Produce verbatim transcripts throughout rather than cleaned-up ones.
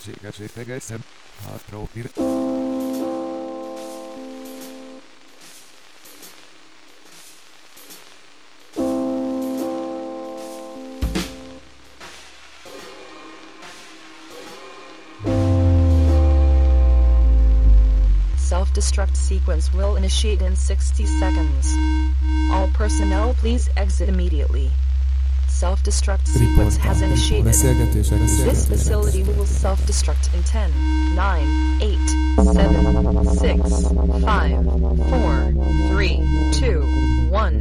lehetséges egészen hátrópír. Self-destruct sequence will initiate in sixty seconds. All personnel please exit immediately. Self-destruct sequence has initiated. This facility will self-destruct in ten, nine, eight, seven, six, five, four, three, two, one.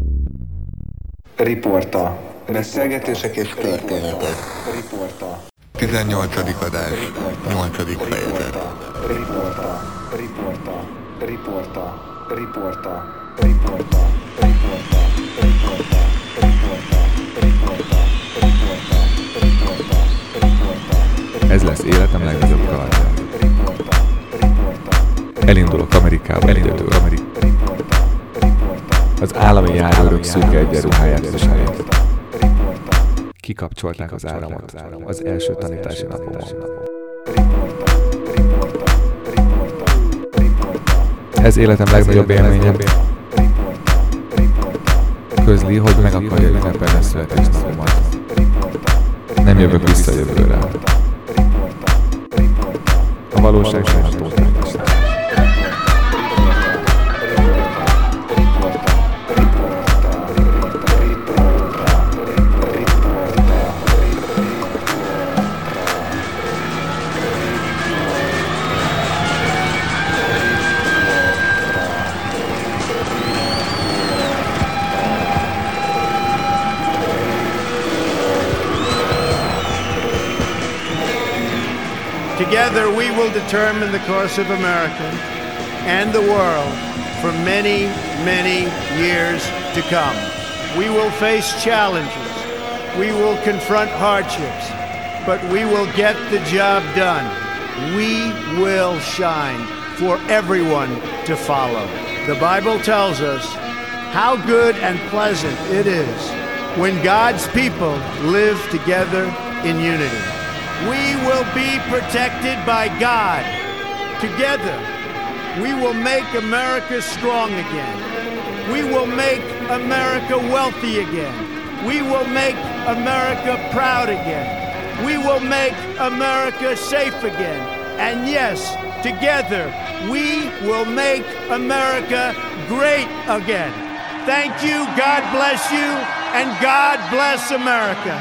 Riporta. Beszélgetések és történetek. Riporta. tizennyolcadik adás. nyolcadik fejezet. Riporta. Riporta. Riporta. Riporta. Riporta. Riporta. Riporta. Riporta. Riporta. Riporta. Riporta. Riporta. Ez lesz életem legnagyobb kalandja. Riporta. Riporta. Elindulok Amerikába, elindulok Amerikába. Riporta. Riporta. Az állami járőrök szürke egyenruháját viselik. Riporta. Kikapcsolták az áramot az első tanítási napomon. Riporta. Riporta. Riporta. Riporta. Ez életem legnagyobb élménye. Közli, hogy meg akarja ünnepelni a születésnapomat. Nem jövök vissza jövőre. A valóság sem tótányos. Together we will determine the course of America and the world for many, many years to come. We will face challenges. We will confront hardships, but we will get the job done. We will shine for everyone to follow. The Bible tells us how good and pleasant it is when God's people live together in unity. We will be protected by God. Together, we will make America strong again. We will make America wealthy again. We will make America proud again. We will make America safe again. And yes, together, we will make America great again. Thank you, God bless you, and God bless America.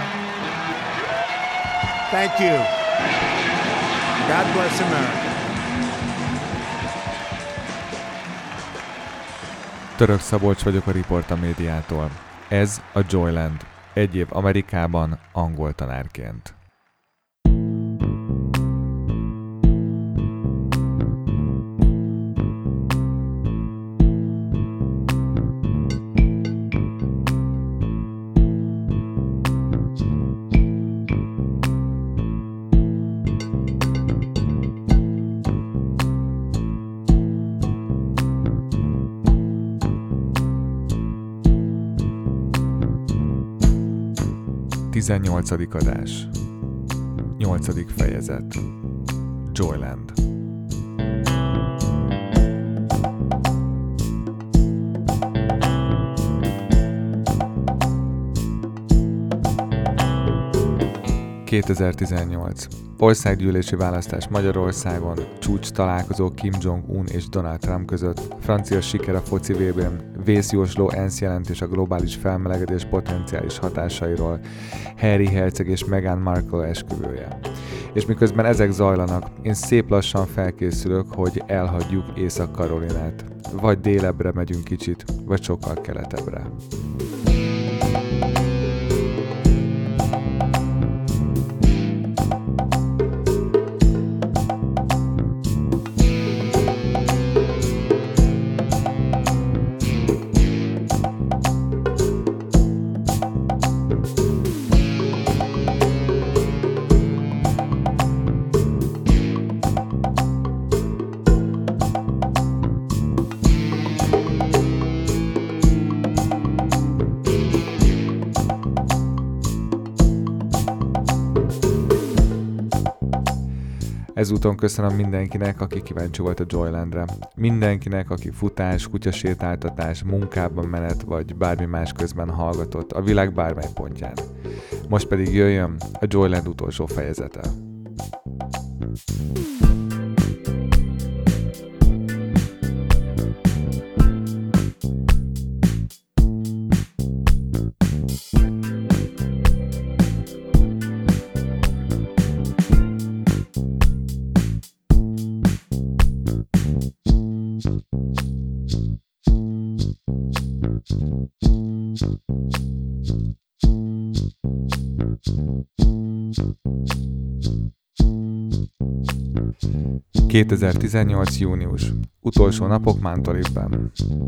Thank you. God bless America. Török Szabolcs vagyok a Riporta médiától. Ez a Joyland. Egy év Amerikában angol tanárként. tizennyolcadik adás. nyolcadik fejezet. Joyland. kétezer-tizennyolc. Országgyűlési választás Magyarországon, csúcs találkozó Kim Jong-un és Donald Trump között, francia siker a foci vé bén, vészjósló ENSZ jelentés a globális felmelegedés potenciális hatásairól, Harry herceg és Meghan Markle esküvője. És miközben ezek zajlanak, én szép lassan felkészülök, hogy elhagyjuk Észak-Karolinát. Vagy délebbre megyünk kicsit, vagy sokkal keletebbre. Ezúton köszönöm mindenkinek, aki kíváncsi volt a Joylandre. Mindenkinek, aki futás, kutyasétáltatás, munkában menet vagy bármi más közben hallgatott a világ bármely pontján. Most pedig jöjjön a Joyland utolsó fejezete. kétezer-tizennyolc. június. Utolsó napok Mount-Olivben.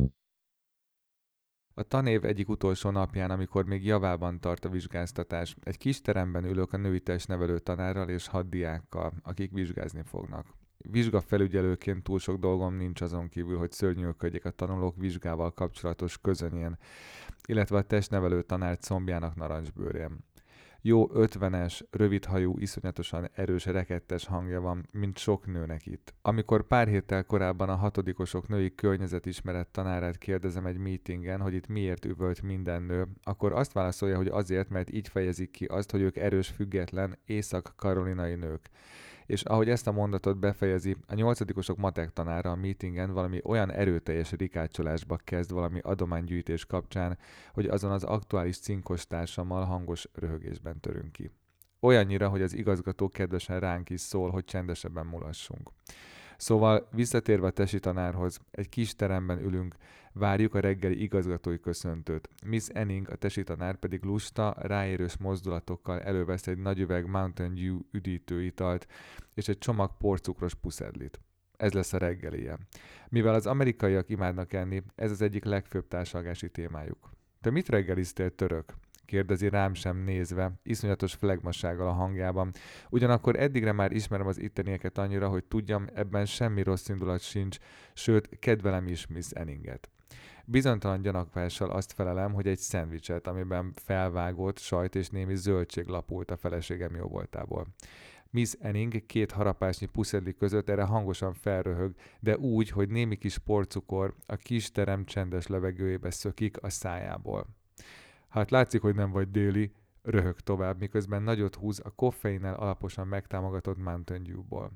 A tanév egyik utolsó napján, amikor még javában tart a vizsgáztatás, egy kis teremben ülök a női testnevelő tanárral és hat diákkal, akik vizsgázni fognak. Vizsgafelügyelőként túl sok dolgom nincs azon kívül, hogy szörnyűködjek a tanulók vizsgával kapcsolatos közönjén, illetve a testnevelő tanár combjának narancsbőrén. Jó ötvenes, rövidhajú, iszonyatosan erős, rekettes hangja van, mint sok nőnek itt. Amikor pár héttel korábban a hatodikosok női környezetismeret tanárát kérdezem egy meetingen, hogy itt miért üvölt minden nő, akkor azt válaszolja, hogy azért, mert így fejezik ki azt, hogy ők erős, független, észak-karolinai nők. És ahogy ezt a mondatot befejezi, a nyolcadikosok matek tanára a meetingen valami olyan erőteljes rikácsolásba kezd valami adománygyűjtés kapcsán, hogy azon az aktuális cinkos társammal hangos röhögésben törünk ki. Olyannyira, hogy az igazgató kedvesen ránk is szól, hogy csendesebben mulassunk. Szóval visszatérve a tesi tanárhoz, egy kis teremben ülünk, várjuk a reggeli igazgatói köszöntőt. Miss Enning, a tesi tanár pedig lusta, ráérős mozdulatokkal elővesz egy nagy üveg Mountain Dew üdítőitalt és egy csomag porcukros puszedlit. Ez lesz a reggelije. Mivel az amerikaiak imádnak enni, ez az egyik legfőbb társalgási témájuk. Te mit reggeliztél, török? Kérdezi rám sem nézve, iszonyatos flegmassággal a hangjában. Ugyanakkor eddigre már ismerem az ittenieket annyira, hogy tudjam, ebben semmi rossz indulat sincs, sőt, kedvelem is Miss Enninget. Bizonytalan gyanakvással azt felelem, hogy egy szendvicset, amiben felvágott sajt és némi zöldség lapult a feleségem jóvoltából. Miss Enning két harapásnyi puszedli között erre hangosan felröhög, de úgy, hogy némi kis porcukor a kis terem csendes levegőjébe szökik a szájából. Hát látszik, hogy nem vagy déli, röhög tovább, miközben nagyot húz a koffeinnel alaposan megtámogatott Mountain Dew-ból.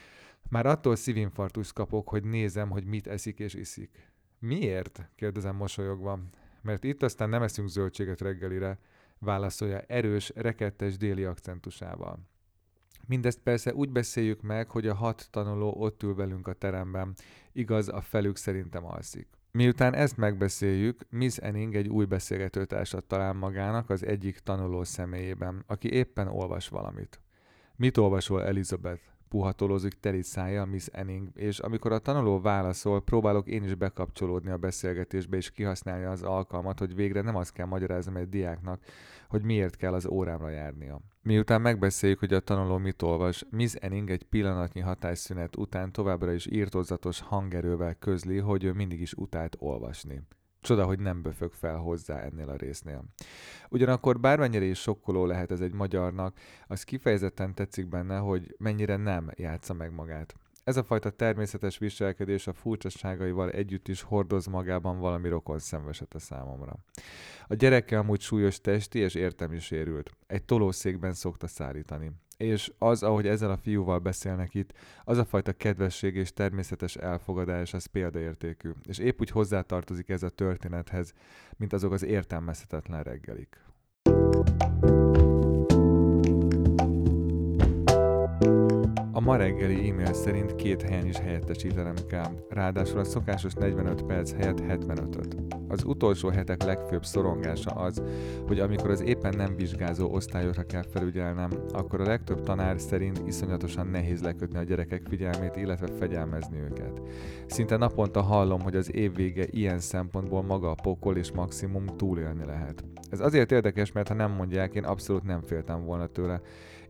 Már attól szívinfarktust kapok, hogy nézem, hogy mit eszik és iszik. Miért? Kérdezem mosolyogva. Mert itt aztán nem eszünk zöldséget reggelire, válaszolja erős, rekettes déli akcentusával. Mindezt persze úgy beszéljük meg, hogy a hat tanuló ott ül velünk a teremben, igaz, a felük szerintem alszik. Miután ezt megbeszéljük, Miss Enning egy új beszélgetőtársat talál magának az egyik tanuló személyében, aki éppen olvas valamit. Mit olvasol, Elizabeth? Puhatolózik teli szája Miss Enning, és amikor a tanuló válaszol, próbálok én is bekapcsolódni a beszélgetésbe és kihasználni az alkalmat, hogy végre nem azt kell magyaráznom egy diáknak, hogy miért kell az órámra járnia. Miután megbeszéljük, hogy a tanuló mit olvas, Miss Enning egy pillanatnyi hatásszünet után továbbra is írtózatos hangerővel közli, hogy ő mindig is utált olvasni. Csoda, hogy nem böfög fel hozzá ennél a résznél. Ugyanakkor bármennyire is sokkoló lehet ez egy magyarnak, az kifejezetten tetszik benne, hogy mennyire nem játsza meg magát. Ez a fajta természetes viselkedés a furcsaságaival együtt is hordoz magában valami rokon szenveset a számomra. A gyereke amúgy súlyos testi és értelmi sérült. Egy tolószékben szokta szállítani. És az, ahogy ezzel a fiúval beszélnek itt, az a fajta kedvesség és természetes elfogadás, az példaértékű. És épp úgy hozzátartozik ez a történethez, mint azok az értelmezhetetlen reggelik. A ma reggeli e-mail szerint két helyen is helyettesítenem kell, ráadásul a szokásos negyvenöt perc helyett hetvenötöt. Az utolsó hetek legfőbb szorongása az, hogy amikor az éppen nem vizsgázó osztályokra kell felügyelnem, akkor a legtöbb tanár szerint iszonyatosan nehéz lekötni a gyerekek figyelmét, illetve fegyelmezni őket. Szinte naponta hallom, hogy az év vége ilyen szempontból maga a pokol és maximum túlélni lehet. Ez azért érdekes, mert ha nem mondják, én abszolút nem féltem volna tőle.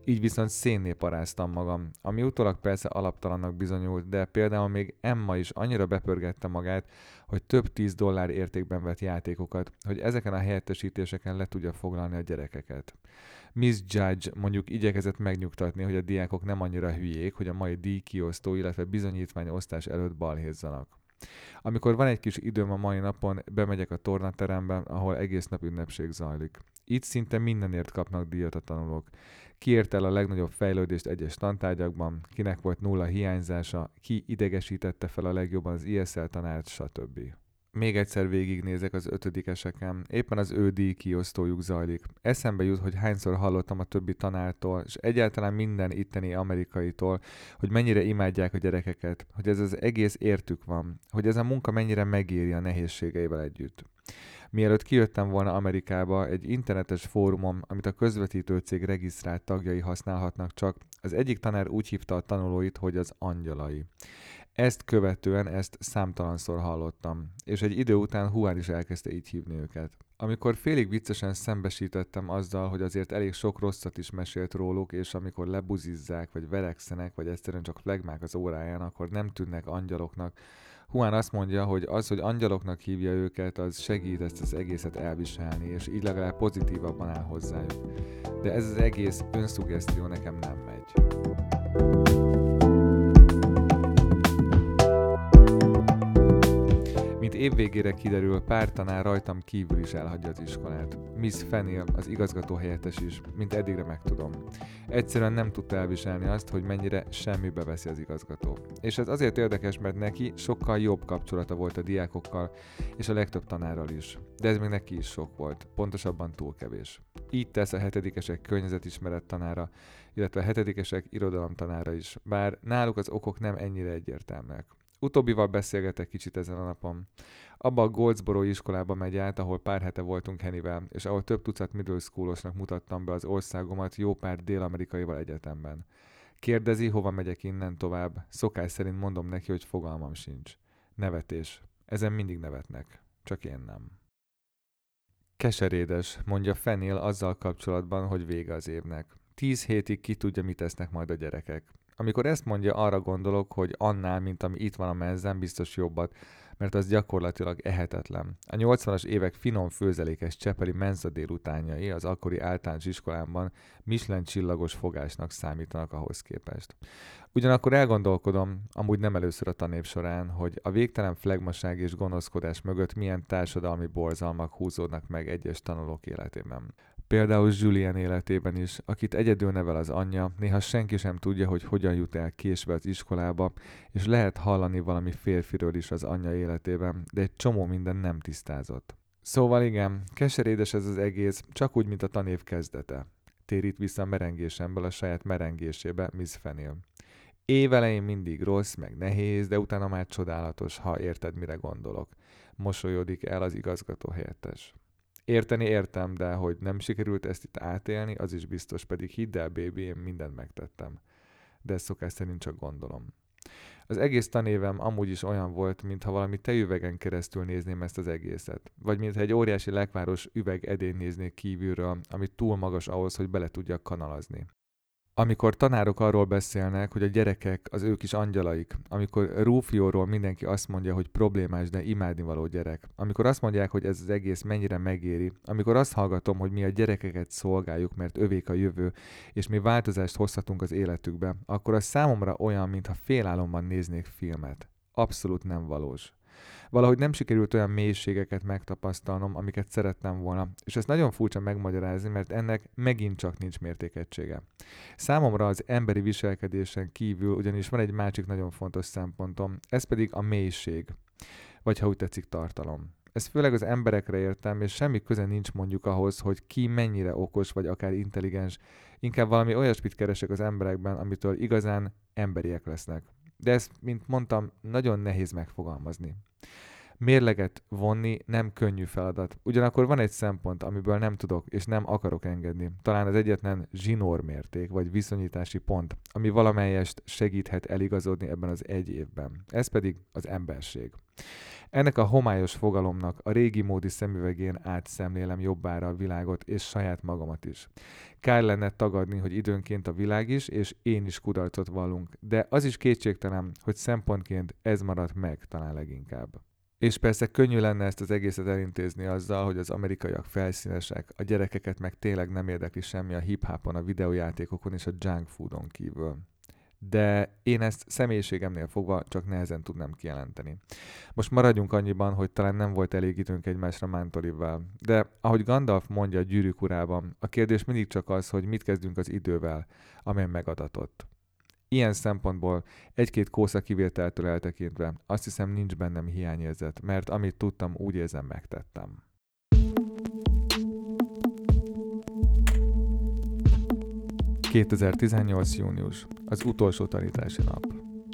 Így viszont szénné paráztam magam, ami utólag persze alaptalannak bizonyult, de például még Emma is annyira bepörgette magát, hogy több tíz dollár értékben vett játékokat, hogy ezeken a helyettesítéseken le tudja foglalni a gyerekeket. miss Judge mondjuk igyekezett megnyugtatni, hogy a diákok nem annyira hülyék, hogy a mai díjkiosztó, illetve bizonyítványosztás előtt balhézzanak. Amikor van egy kis időm a mai napon, bemegyek a tornaterembe, ahol egész nap ünnepség zajlik. Itt szinte mindenért kapnak díjat a tanulók. Ki ért el a legnagyobb fejlődést egyes tantárgyakban, kinek volt nulla hiányzása, ki idegesítette fel a legjobban az I S L tanárt, stb. Még egyszer végignézek az ötödikeseken, éppen az ő díjkiosztójuk zajlik. Eszembe jut, hogy hányszor hallottam a többi tanártól, és egyáltalán minden itteni amerikaitól, hogy mennyire imádják a gyerekeket, hogy ez az egész értük van, hogy ez a munka mennyire megéri a nehézségeivel együtt. Mielőtt kijöttem volna Amerikába, egy internetes fórumon, amit a közvetítő cég regisztrált tagjai használhatnak csak, az egyik tanár úgy hívta a tanulóit, hogy az angyalai. Ezt követően ezt számtalanszor hallottam, és egy idő után Juan is elkezdte így hívni őket. Amikor félig viccesen szembesítettem azzal, hogy azért elég sok rosszat is mesélt róluk, és amikor lebuzizzák, vagy verekszenek, vagy egyszerűen csak flegmák az óráján, akkor nem tűnnek angyaloknak, Juan azt mondja, hogy az, hogy angyaloknak hívja őket, az segít ezt az egészet elviselni, és így legalább pozitívabban áll hozzájuk. De ez az egész önszuggesztió nekem nem megy. Mint évvégére kiderül, pár tanár rajtam kívül is elhagyja az iskolát. miss Fenniel, az igazgató helyettes is, mint eddigre megtudom. Egyszerűen nem tudta elviselni azt, hogy mennyire semmibe veszi az igazgató. És ez azért érdekes, mert neki sokkal jobb kapcsolata volt a diákokkal, és a legtöbb tanárral is. De ez még neki is sok volt, pontosabban túl kevés. Így tesz a hetedikesek környezetismeret tanára, illetve a hetedikesek irodalom tanára is, bár náluk az okok nem ennyire egyértelműek. Utóbbival beszélgetek kicsit ezen a napon. Abba a Goldsboro iskolába megy át, ahol pár hete voltunk Hennyvel, és ahol több tucat middle schoolosnak mutattam be az országomat jó pár dél-amerikaival egyetemben. Kérdezi, hova megyek innen tovább. Szokás szerint mondom neki, hogy fogalmam sincs. Nevetés. Ezen mindig nevetnek. Csak én nem. Keserédes, mondja Fenniel azzal kapcsolatban, hogy vége az évnek. Tíz hétig ki tudja, mit tesznek majd a gyerekek. Amikor ezt mondja, arra gondolok, hogy annál, mint ami itt van a menzen, biztos jobbat, mert az gyakorlatilag ehetetlen. A nyolcvanas évek finom főzelékes csepeli menza délutánjai az akkori általános iskolámban Michelin csillagos fogásnak számítanak ahhoz képest. Ugyanakkor elgondolkodom, amúgy nem először a tanév során, hogy a végtelen flegmaság és gonoszkodás mögött milyen társadalmi borzalmak húzódnak meg egyes tanulók életében. Például Julien életében is, akit egyedül nevel az anyja, néha senki sem tudja, hogy hogyan jut el késve az iskolába, és lehet hallani valami férfiről is az anyja életében, de egy csomó minden nem tisztázott. Szóval igen, keserédes ez az egész, csak úgy, mint a tanév kezdete. Térít vissza a merengésemből a saját merengésébe miss Fenniel. Évelején mindig rossz, meg nehéz, de utána már csodálatos, ha érted, mire gondolok. Mosolyodik el az igazgató helyettes. Érteni értem, de hogy nem sikerült ezt itt átélni, az is biztos, pedig hidd el, baby, én mindent megtettem. De ezt szokás szerint csak gondolom. Az egész tanévem amúgy is olyan volt, mintha valami tejüvegen keresztül nézném ezt az egészet. Vagy mintha egy óriási lekváros üveg edény néznék kívülről, ami túl magas ahhoz, hogy bele tudjak kanalazni. Amikor tanárok arról beszélnek, hogy a gyerekek az ők is angyalaik, amikor Rufioról mindenki azt mondja, hogy problémás, de imádnivaló gyerek, amikor azt mondják, hogy ez az egész mennyire megéri, amikor azt hallgatom, hogy mi a gyerekeket szolgáljuk, mert övék a jövő, és mi változást hozhatunk az életükbe, akkor az számomra olyan, mintha félálomban néznék filmet. Abszolút nem valós. Valahogy nem sikerült olyan mélységeket megtapasztalnom, amiket szerettem volna, és ezt nagyon furcsa megmagyarázni, mert ennek megint csak nincs mértékegysége. Számomra az emberi viselkedésen kívül ugyanis van egy másik nagyon fontos szempontom, ez pedig a mélység, vagy ha úgy tetszik, tartalom. Ez főleg az emberekre értem, és semmi köze nincs mondjuk ahhoz, hogy ki mennyire okos, vagy akár intelligens, inkább valami olyasmit keresek az emberekben, amitől igazán emberiek lesznek. De ezt, mint mondtam, nagyon nehéz megfogalmazni. Mérleget vonni nem könnyű feladat. Ugyanakkor van egy szempont, amiből nem tudok és nem akarok engedni. Talán az egyetlen zsinórmérték vagy viszonyítási pont, ami valamelyest segíthet eligazodni ebben az egy évben. Ez pedig az emberség. Ennek a homályos fogalomnak a régi módi szemüvegén átszemlélem jobbára a világot és saját magamat is. Kár lenne tagadni, hogy időnként a világ is és én is kudarcot vallunk, de az is kétségtelen, hogy szempontként ez maradt meg talán leginkább. És persze könnyű lenne ezt az egészet elintézni azzal, hogy az amerikaiak felszínesek, a gyerekeket meg tényleg nem érdekli semmi a hip-hopon, a videójátékokon és a junk foodon kívül. De én ezt személyiségemnél fogva csak nehezen tudnám kijelenteni. Most maradjunk annyiban, hogy talán nem volt elég időnk egymásra Mántolival, de ahogy Gandalf mondja a Gyűrűk urában, a kérdés mindig csak az, hogy mit kezdünk az idővel, amely megadatott. Ilyen szempontból egy-két kósza kivételtől eltekintve azt hiszem nincs bennem hiányérzet, mert amit tudtam, úgy érzem, megtettem. kétezer-tizennyolc. június. Az utolsó tanítási nap.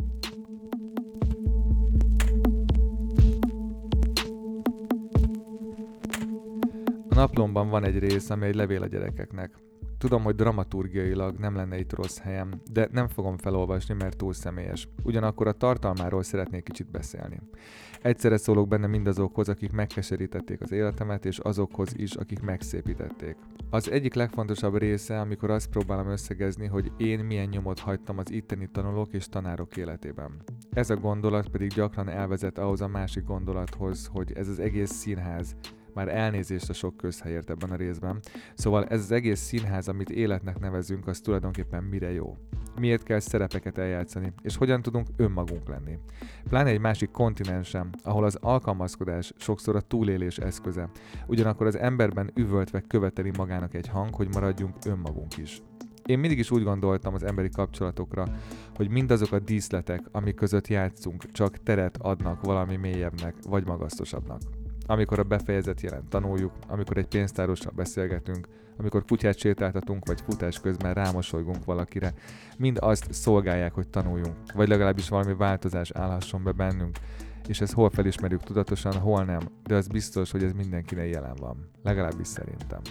A naplomban van egy rész, ami egy levél a gyerekeknek. Tudom, hogy dramaturgiailag nem lenne itt rossz helyem, de nem fogom felolvasni, mert túl személyes. Ugyanakkor a tartalmáról szeretnék kicsit beszélni. Egyszerre szólok benne mindazokhoz, akik megkeserítették az életemet, és azokhoz is, akik megszépítették. Az egyik legfontosabb része, amikor azt próbálom összegezni, hogy én milyen nyomot hagytam az itteni tanulók és tanárok életében. Ez a gondolat pedig gyakran elvezet ahhoz a másik gondolathoz, hogy ez az egész színház, már elnézést a sok közhelyért ebben a részben. Szóval ez az egész színház, amit életnek nevezünk, az tulajdonképpen mire jó. Miért kell szerepeket eljátszani, és hogyan tudunk önmagunk lenni. Pláne egy másik kontinensen, ahol az alkalmazkodás sokszor a túlélés eszköze. Ugyanakkor az emberben üvöltve követeli magának egy hang, hogy maradjunk önmagunk is. Én mindig is úgy gondoltam az emberi kapcsolatokra, hogy mindazok a díszletek, amik között játszunk, csak teret adnak valami mélyebbnek vagy magasztosabbnak. Amikor a befejezett jelent tanuljuk, amikor egy pénztárossal beszélgetünk, amikor kutyát sétáltatunk, vagy futás közben rámosolygunk valakire, mind azt szolgálják, hogy tanuljunk, vagy legalábbis valami változás állhasson be bennünk, és ezt hol felismerjük tudatosan, hol nem, de az biztos, hogy ez mindenkinek jelen van. Legalábbis szerintem.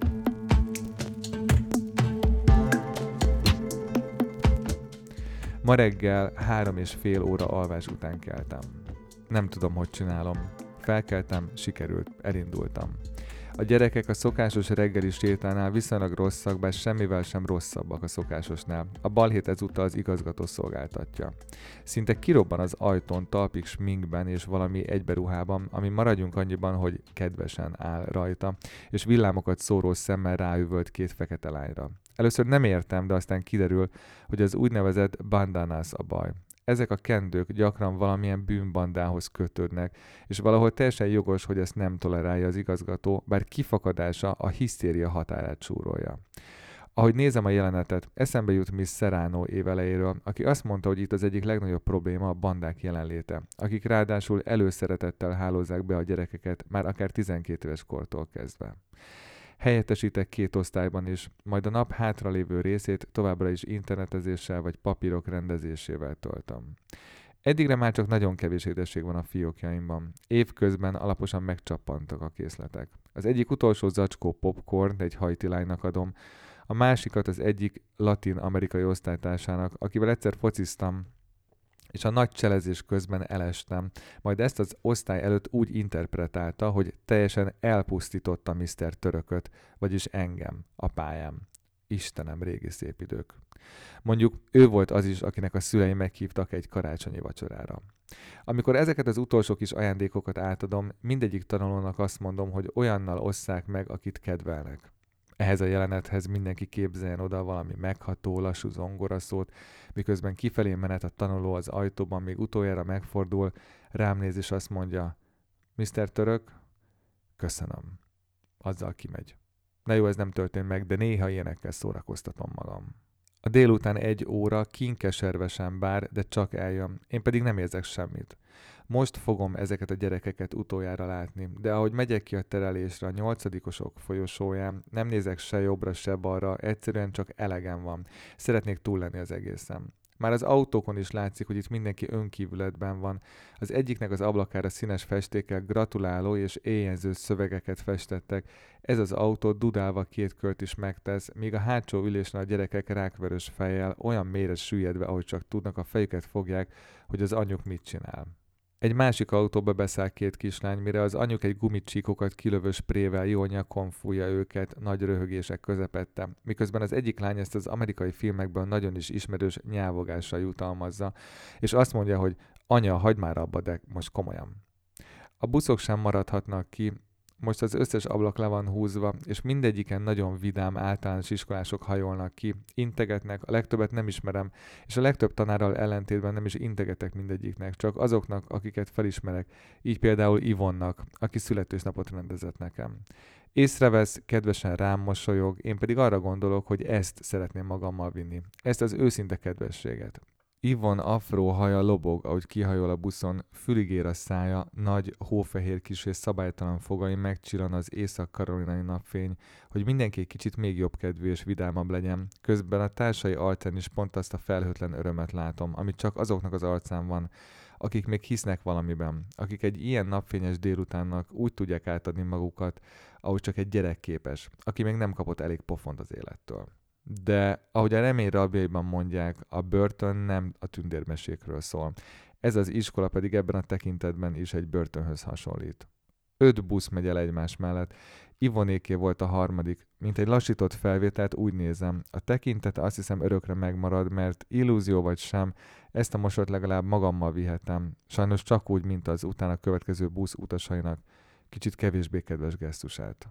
Ma reggel három és fél óra alvás után keltem. Nem tudom, hogy csinálom. Felkeltem, sikerült, elindultam. A gyerekek a szokásos reggeli sétánál viszonylag rosszak, bár semmivel sem rosszabbak a szokásosnál. A balhét ezúttal az igazgató szolgáltatja. Szinte kirobban az ajtón talpig sminkben és valami egyberuhában, ami maradjunk annyiban, hogy kedvesen áll rajta, és villámokat szóró szemmel ráüvölt két fekete lányra. Először nem értem, de aztán kiderül, hogy az úgynevezett bandanász a baj. Ezek a kendők gyakran valamilyen bűnbandához kötődnek, és valahol teljesen jogos, hogy ezt nem tolerálja az igazgató, bár kifakadása a hisztéria határát súrolja. Ahogy nézem a jelenetet, eszembe jut Miss Serrano évelejéről, aki azt mondta, hogy itt az egyik legnagyobb probléma a bandák jelenléte, akik ráadásul előszeretettel hálózzák be a gyerekeket már akár tizenkét éves kortól kezdve. Helyettesítek két osztályban is, majd a nap hátralévő részét továbbra is internetezéssel vagy papírok rendezésével töltöm. Eddigre már csak nagyon kevés édesség van a fiókjaimban. Évközben alaposan megcsappantak a készletek. Az egyik utolsó zacskó popcorn egy haiti lánynak adom, a másikat az egyik latin-amerikai osztálytársának, akivel egyszer fociztam, és a nagy cselezés közben elestem, majd ezt az osztály előtt úgy interpretálta, hogy teljesen elpusztította miszter Törököt, vagyis engem, a pályám. Istenem, régi szép idők. Mondjuk ő volt az is, akinek a szülei meghívtak egy karácsonyi vacsorára. Amikor ezeket az utolsó kis ajándékokat átadom, mindegyik tanulónak azt mondom, hogy olyannal osszák meg, akit kedvelnek. Ehhez a jelenethez mindenki képzeljen oda valami megható, lassú zongoraszót, miközben kifelé menet a tanuló az ajtóban még utoljára megfordul, rám néz és azt mondja, miszter Török, köszönöm. Azzal kimegy. Na jó, ez nem történt meg, de néha ilyenekkel szórakoztatom magam. A délután egy óra kinkeservesen bár, de csak eljön, én pedig nem érzek semmit. Most fogom ezeket a gyerekeket utoljára látni, de ahogy megyek ki a terelésre a nyolcadikosok folyosóján, nem nézek se jobbra, se balra, egyszerűen csak elegem van. Szeretnék túl lenni az egészen. Már az autókon is látszik, hogy itt mindenki önkívületben van. Az egyiknek az ablakára színes festékkel gratuláló és éjjelző szövegeket festettek. Ez az autó dudálva két kört is megtesz, míg a hátsó ülésnél a gyerekek rákvörös fejjel olyan mélyre süllyedve, ahogy csak tudnak, a fejüket fogják, hogy az anyjuk mit csinál. Egy másik autóba beszáll két kislány, mire az anyjuk egy gumicsíkokat kilövő sprével jól nyakon fújja őket nagy röhögések közepette, miközben az egyik lány ezt az amerikai filmekből nagyon is ismerős nyávogással jutalmazza, és azt mondja, hogy anya, hagyd már abba, de most komolyan. A buszok sem maradhatnak ki, most az összes ablak le van húzva, és mindegyiken nagyon vidám általános iskolások hajolnak ki, integetnek, a legtöbbet nem ismerem, és a legtöbb tanárral ellentétben nem is integetek mindegyiknek, csak azoknak, akiket felismerek, így például Ivonnak, aki születésnapot rendezett nekem. Észrevesz, kedvesen rám mosolyog, én pedig arra gondolok, hogy ezt szeretném magammal vinni, ezt az őszinte kedvességet. Ivon afró haja lobog, ahogy kihajol a buszon, fülig ér a szája, nagy, hófehér kis és szabálytalan fogai megcsillan az észak-karolinai napfény, hogy mindenki egy kicsit még jobb kedvű és vidámabb legyen. Közben a társai arcán is pont azt a felhőtlen örömet látom, amit csak azoknak az arcán van, akik még hisznek valamiben, akik egy ilyen napfényes délutánnak úgy tudják átadni magukat, ahogy csak egy gyerek képes, aki még nem kapott elég pofont az élettől. De ahogy a remény rabjaiban mondják, a börtön nem a tündérmesékről szól. Ez az iskola pedig ebben a tekintetben is egy börtönhöz hasonlít. Öt busz megy el egymás mellett. Ivonéké volt a harmadik. Mint egy lassított felvételt úgy nézem. A tekintete azt hiszem örökre megmarad, mert illúzió vagy sem, ezt a mosort legalább magammal vihetem. Sajnos csak úgy, mint az utána következő busz utasainak kicsit kevésbé kedves gesztusát.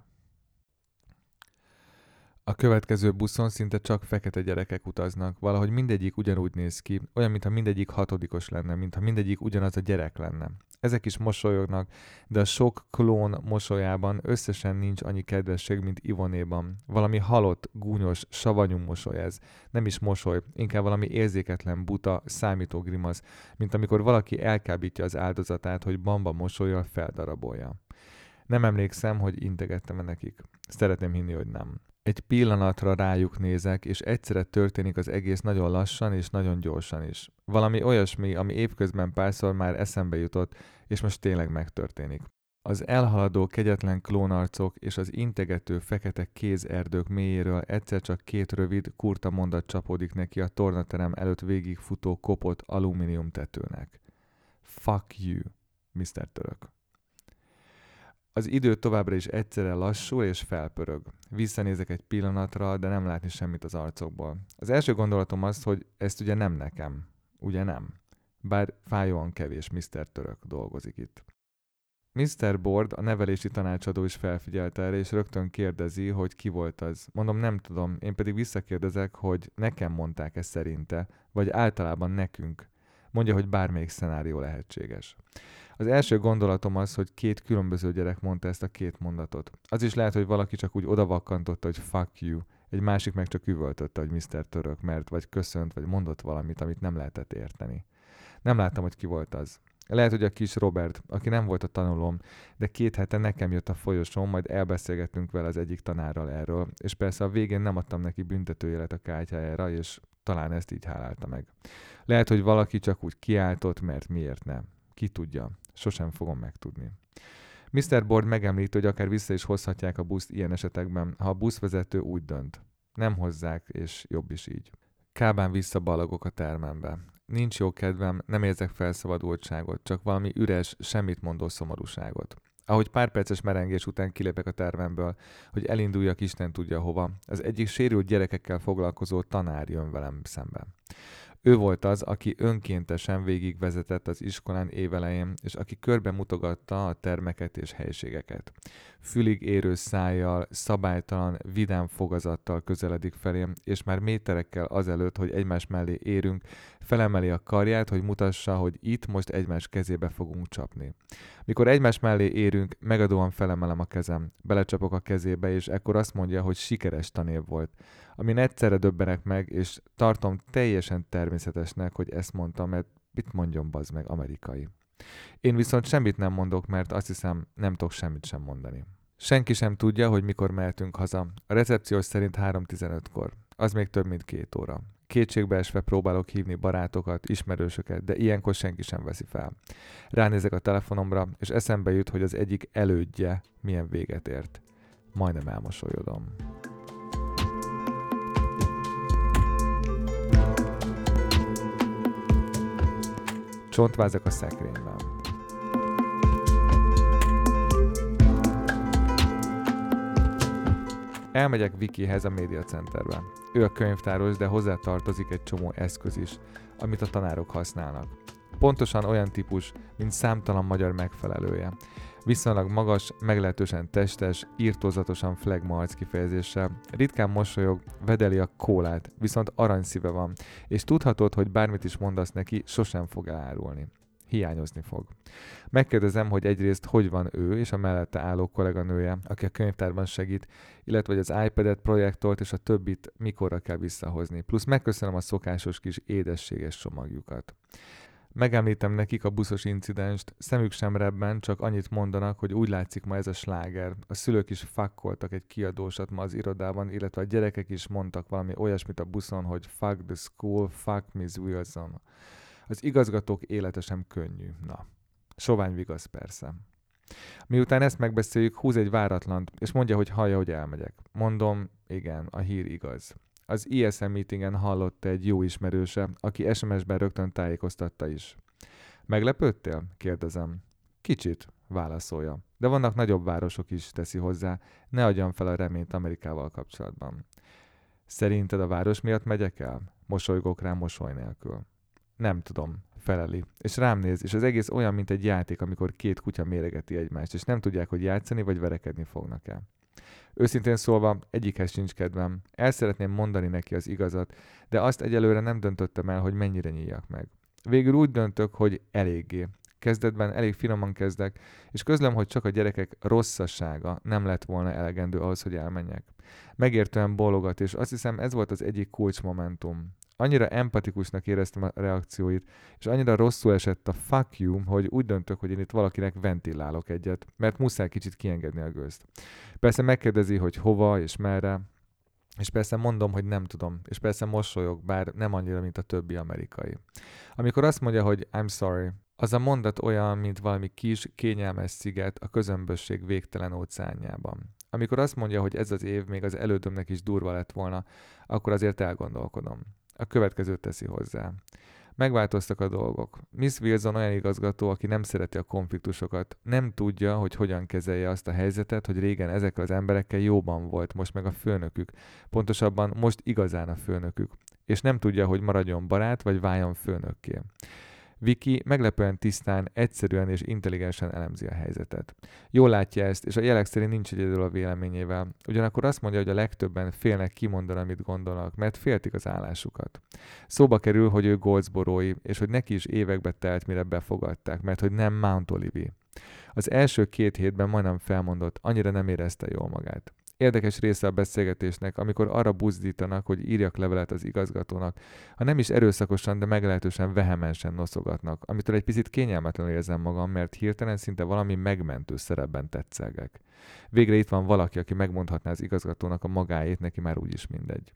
A következő buszon szinte csak fekete gyerekek utaznak, valahogy mindegyik ugyanúgy néz ki, olyan, mintha mindegyik hatodikos lenne, mintha mindegyik ugyanaz a gyerek lenne. Ezek is mosolyognak, de a sok klón mosolyában összesen nincs annyi kedvesség, mint Ivonéban. Valami halott, gúnyos, savanyú mosoly ez. Nem is mosoly, inkább valami érzéketlen, buta, számító grimasz, mint amikor valaki elkábítja az áldozatát, hogy bamba mosollyal feldarabolja. Nem emlékszem, hogy integettem-e nekik. Szeretném hinni, hogy nem. Egy pillanatra rájuk nézek, és egyszerre történik az egész nagyon lassan és nagyon gyorsan is. Valami olyasmi, ami évközben párszor már eszembe jutott, és most tényleg megtörténik. Az elhaladó kegyetlen klónarcok és az integető fekete kézerdők mélyéről egyszer csak két rövid, kurta mondat csapódik neki a tornaterem előtt végigfutó kopott alumínium tetőnek. Fuck you, miszter Török. Az idő továbbra is egyszerre lassul és felpörög. Visszanézek egy pillanatra, de nem látni semmit az arcokból. Az első gondolatom az, hogy ezt ugye nem nekem. Ugye nem? Bár fájóan kevés miszter Török dolgozik itt. miszter Board, a nevelési tanácsadó is felfigyelt erre, és rögtön kérdezi, hogy ki volt az. Mondom, nem tudom, én pedig visszakérdezek, hogy nekem mondták ezt szerinte, vagy általában nekünk. Mondja, hogy bármelyik szenárió lehetséges. Az első gondolatom az, hogy két különböző gyerek mondta ezt a két mondatot. Az is lehet, hogy valaki csak úgy odavakkantotta, hogy fuck you, egy másik meg csak üvöltötte, hogy miszter Török, mert vagy köszönt, vagy mondott valamit, amit nem lehetett érteni. Nem láttam, hogy ki volt az. Lehet, hogy a kis Robert, aki nem volt a tanulóm, de két hete nekem jött a folyosón, majd elbeszélgettünk vele az egyik tanárral erről, és persze a végén nem adtam neki büntetőjelet a kártyájára, és talán ezt így hálálta meg. Lehet, hogy valaki csak úgy kiáltott, mert miért nem. Ki tudja. Sosem fogom megtudni. miszter Board megemlíti, hogy akár vissza is hozhatják a buszt ilyen esetekben, ha a buszvezető úgy dönt. Nem hozzák, és jobb is így. Kábán visszabalagok a termembe. Nincs jó kedvem, nem érzek felszabadultságot, csak valami üres, semmit mondó szomorúságot. Ahogy pár perces merengés után kilépek a termemből, hogy elinduljak Isten tudja hova, az egyik sérült gyerekekkel foglalkozó tanár jön velem szembe. Ő volt az, aki önkéntesen végigvezetett az iskolán évelején, és aki körbe mutogatta a termeket és helységeket. Fülig érő szájjal, szabálytalan, vidám fogazattal közeledik felém, és már méterekkel azelőtt, hogy egymás mellé érünk, felemeli a karját, hogy mutassa, hogy itt most egymás kezébe fogunk csapni. Mikor egymás mellé érünk, megadóan felemelem a kezem, belecsapok a kezébe, és ekkor azt mondja, hogy sikeres tanév volt. Amin egyszerre döbbenek meg, és tartom teljesen természetesnek, hogy ezt mondtam, mert mit mondjon bazd meg, amerikai. Én viszont semmit nem mondok, mert azt hiszem, nem tudok semmit sem mondani. Senki sem tudja, hogy mikor mehetünk haza. A recepciós szerint három tizenötkor. Az még több mint két óra. Kétségbeesve próbálok hívni barátokat, ismerősöket, de ilyenkor senki sem veszi fel. Ránézek a telefonomra, és eszembe jut, hogy az egyik elődje milyen véget ért. Majdnem elmosolyodom. Csontvázak a szekrényben. Elmegyek Vikihez a Media Centerbe. Ő a könyvtáros, de hozzá tartozik egy csomó eszköz is, amit a tanárok használnak. Pontosan olyan típus, mint számtalan magyar megfelelője. Viszonylag magas, meglehetősen testes, írtózatosan flegma arckifejezéssel, ritkán mosolyog, vedeli a kólát, viszont aranyszíve van, és tudhatod, hogy bármit is mondasz neki, sosem fog elárulni. Hiányozni fog. Megkérdezem, hogy egyrészt hogy van ő és a mellette álló kolléganője, aki a könyvtárban segít, illetve hogy az iPadet, projektort és a többit mikorra kell visszahozni. Plusz megköszönöm a szokásos kis édességes csomagjukat. Megemlítem nekik a buszos incidenst, szemük sem rebben, csak annyit mondanak, hogy úgy látszik ma ez a sláger. A szülők is fakkoltak egy kiadósat ma az irodában, illetve a gyerekek is mondtak valami olyasmit a buszon, hogy fuck the school, fuck miss Wilson. Az igazgatók élete sem könnyű. Na, sovány vigasz persze. Miután ezt megbeszéljük, húz egy váratlant, és mondja, hogy hallja, hogy elmegyek. Mondom, igen, a hír igaz. Az I S M meetingen hallotta egy jó ismerőse, aki es em es-ben rögtön tájékoztatta is. Meglepődtél? Kérdezem. Kicsit, válaszolja. De vannak nagyobb városok is, teszi hozzá. Ne adjam fel a reményt Amerikával kapcsolatban. Szerinted a város miatt megyek el? Mosolygok rá mosoly nélkül. Nem tudom, feleli. És rám néz, és az egész olyan, mint egy játék, amikor két kutya méregeti egymást, és nem tudják, hogy játszani vagy verekedni fognak-e. Őszintén szólva, egyikhez sincs kedvem. El szeretném mondani neki az igazat, de azt egyelőre nem döntöttem el, hogy mennyire nyíljak meg. Végül úgy döntök, hogy eléggé. Kezdetben elég finoman kezdek, és közlöm, hogy csak a gyerekek rosszassága nem lett volna elegendő ahhoz, hogy elmenjek. Megértően bólogat, és azt hiszem, ez volt az egyik kulcsmomentum. Annyira empatikusnak éreztem a reakcióit, és annyira rosszul esett a fuck you, hogy úgy döntök, hogy én itt valakinek ventilálok egyet, mert muszáj kicsit kiengedni a gőzt. Persze megkérdezi, hogy hova és merre, és persze mondom, hogy nem tudom, és persze mosolyog, bár nem annyira, mint a többi amerikai. Amikor azt mondja, hogy I'm sorry, az a mondat olyan, mint valami kis, kényelmes sziget a közömbösség végtelen óceánjában. Amikor azt mondja, hogy ez az év még az elődömnek is durva lett volna, akkor azért elgondolkodom. A következőt teszi hozzá. Megváltoztak a dolgok. Miss Wilson olyan igazgató, aki nem szereti a konfliktusokat, nem tudja, hogy hogyan kezelje azt a helyzetet, hogy régen ezekkel az emberekkel jóban volt, most meg a főnökük. Pontosabban most igazán a főnökük. És nem tudja, hogy maradjon barát, vagy váljon főnökké. Viki meglepően tisztán, egyszerűen és intelligensen elemzi a helyzetet. Jól látja ezt, és a jelek szerint nincs egyedül a véleményével. Ugyanakkor azt mondja, hogy a legtöbben félnek kimondani, amit gondolnak, mert féltik az állásukat. Szóba kerül, hogy ő Goldsborói, és hogy neki is évekbe telt, mire befogadták, mert hogy nem Mount Olive. Az első két hétben majdnem felmondott, annyira nem érezte jól magát. Érdekes része a beszélgetésnek, amikor arra buzdítanak, hogy írjak levelet az igazgatónak, ha nem is erőszakosan, de meglehetősen vehemensen noszogatnak, amitől egy picit kényelmetlenül érzem magam, mert hirtelen szinte valami megmentő szerepben tetszelgek. Végre itt van valaki, aki megmondhatná az igazgatónak a magáét, neki már úgyis mindegy.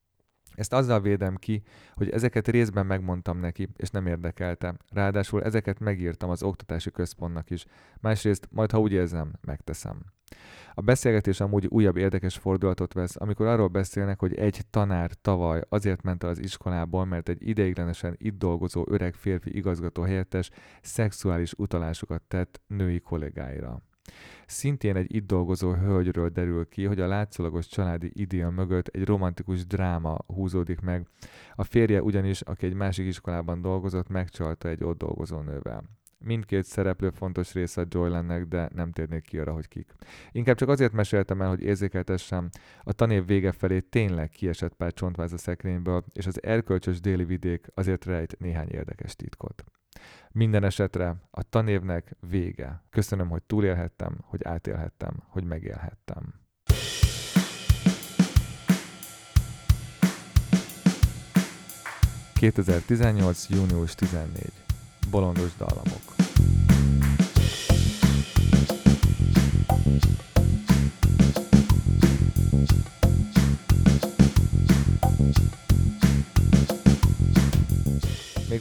Ezt azzal védem ki, hogy ezeket részben megmondtam neki, és nem érdekelte. Ráadásul ezeket megírtam az oktatási központnak is. Másrészt, majd ha úgy érzem, megteszem. A beszélgetés amúgy újabb érdekes fordulatot vesz, amikor arról beszélnek, hogy egy tanár tavaly azért ment el az iskolából, mert egy ideiglenesen itt dolgozó öreg férfi igazgató helyettes szexuális utalásokat tett női kollégáira. Szintén egy itt dolgozó hölgyről derül ki, hogy a látszólagos családi idill mögött egy romantikus dráma húzódik meg. A férje ugyanis, aki egy másik iskolában dolgozott, megcsalta egy ott dolgozó nővel. Mindkét szereplő fontos része a Joylandnek, de nem térnék ki arra, hogy kik. Inkább csak azért meséltem el, hogy érzékeltessem, a tanév vége felé tényleg kiesett pár csontváz a szekrényből, és az erkölcsös déli vidék azért rejt néhány érdekes titkot. Minden esetre a tanévnek vége. Köszönöm, hogy túlélhettem, hogy átélhettem, hogy megélhettem. kétezer-tizennyolc. június tizennégy. Bolondos dallamok.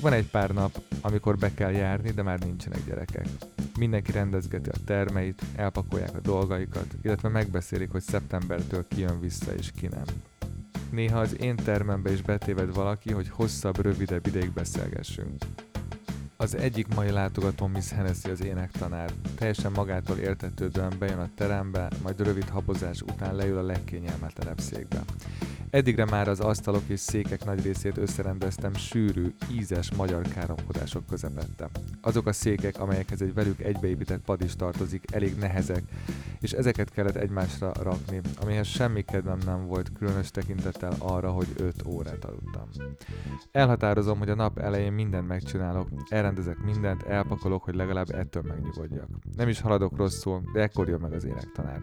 van egy pár nap, amikor be kell járni, de már nincsenek gyerekek. Mindenki rendezgeti a termeit, elpakolják a dolgaikat, illetve megbeszélik, hogy szeptembertől ki jön vissza és ki nem. Néha az én termembe is betéved valaki, hogy hosszabb, rövidebb ideig beszélgessünk. Az egyik mai látogató Miss Hennessy az énektanár. Teljesen magától értetődően bejön a terembe, majd rövid habozás után leül a legkényelmetlenebb székbe. Eddigre már az asztalok és székek nagy részét összerendeztem sűrű, ízes magyar káromkodások közepette. Azok a székek, amelyekhez egy velük egybeépített pad is tartozik, elég nehezek, és ezeket kellett egymásra rakni, amihez semmi kedvem nem volt, különös tekintettel arra, hogy öt órát aludtam. Elhatározom, hogy a nap elején mindent megcsinálok, elrendezek mindent, elpakolok, hogy legalább ettől megnyugodjak. Nem is haladok rosszul, de ekkor jön meg az énektanár.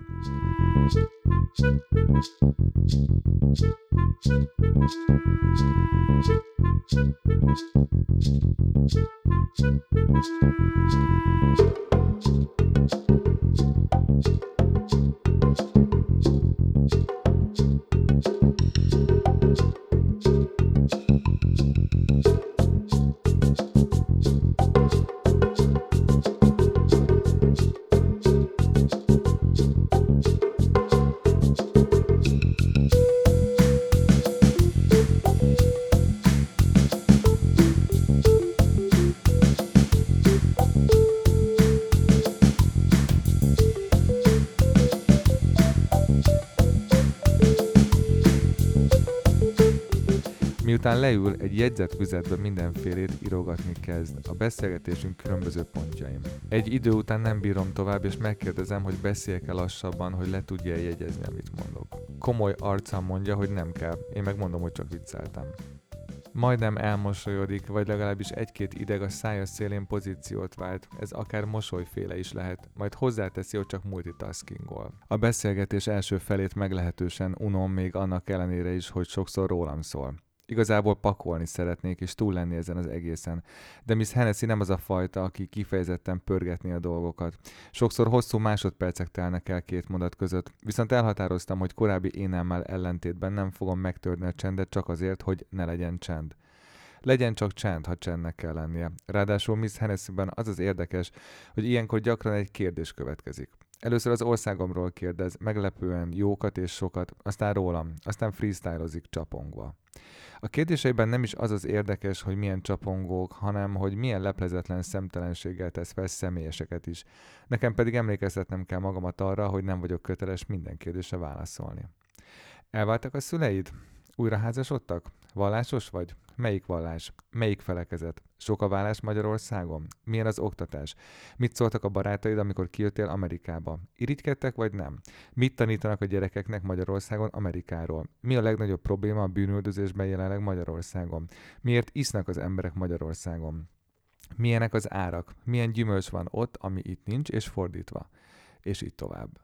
Miután leül, egy jegyzetfüzetbe mindenfélét írogatni kezd, a beszélgetésünk különböző pontjaim. Egy idő után nem bírom tovább, és megkérdezem, hogy beszéljek-e lassabban, hogy le tudja jegyezni, amit mondok. Komoly arccal mondja, hogy nem kell, én meg mondom, hogy csak vicceltem. Majdnem elmosolyodik, vagy legalábbis egy-két ideg a szája szélén pozíciót vált, ez akár mosolyféle is lehet, majd hozzáteszi, hogy csak multitaskingol. A beszélgetés első felét meglehetősen unom még annak ellenére is, hogy sokszor rólam szól. Igazából pakolni szeretnék és túl lenni ezen az egészen, de Miss Hennessy nem az a fajta, aki kifejezetten pörgetni a dolgokat. Sokszor hosszú másodpercek telnek el két mondat között, viszont elhatároztam, hogy korábbi énemmel ellentétben nem fogom megtörni a csendet csak azért, hogy ne legyen csend. Legyen csak csend, ha csendnek kell lennie. Ráadásul Miss Hennessy-ben az az érdekes, hogy ilyenkor gyakran egy kérdés következik. Először az országomról kérdez, meglepően jókat és sokat, aztán rólam, aztán freestylozik csapongva. A kérdéseiben nem is az az érdekes, hogy milyen csapongók, hanem hogy milyen leplezetlen szemtelenséggel tesz fel személyeseket is. Nekem pedig emlékeztetnem kell magamat arra, hogy nem vagyok köteles minden kérdésre válaszolni. Elváltak a szüleid? Újra házasodtak? Vallásos vagy? Melyik vallás? Melyik felekezet? Sok a vállás Magyarországon? Milyen az oktatás? Mit szóltak a barátaid, amikor kijöttél Amerikába? Irigykedtek vagy nem? Mit tanítanak a gyerekeknek Magyarországon Amerikáról? Mi a legnagyobb probléma a bűnüldözésben jelenleg Magyarországon? Miért isznak az emberek Magyarországon? Milyenek az árak? Milyen gyümölcs van ott, ami itt nincs, és fordítva? És így tovább.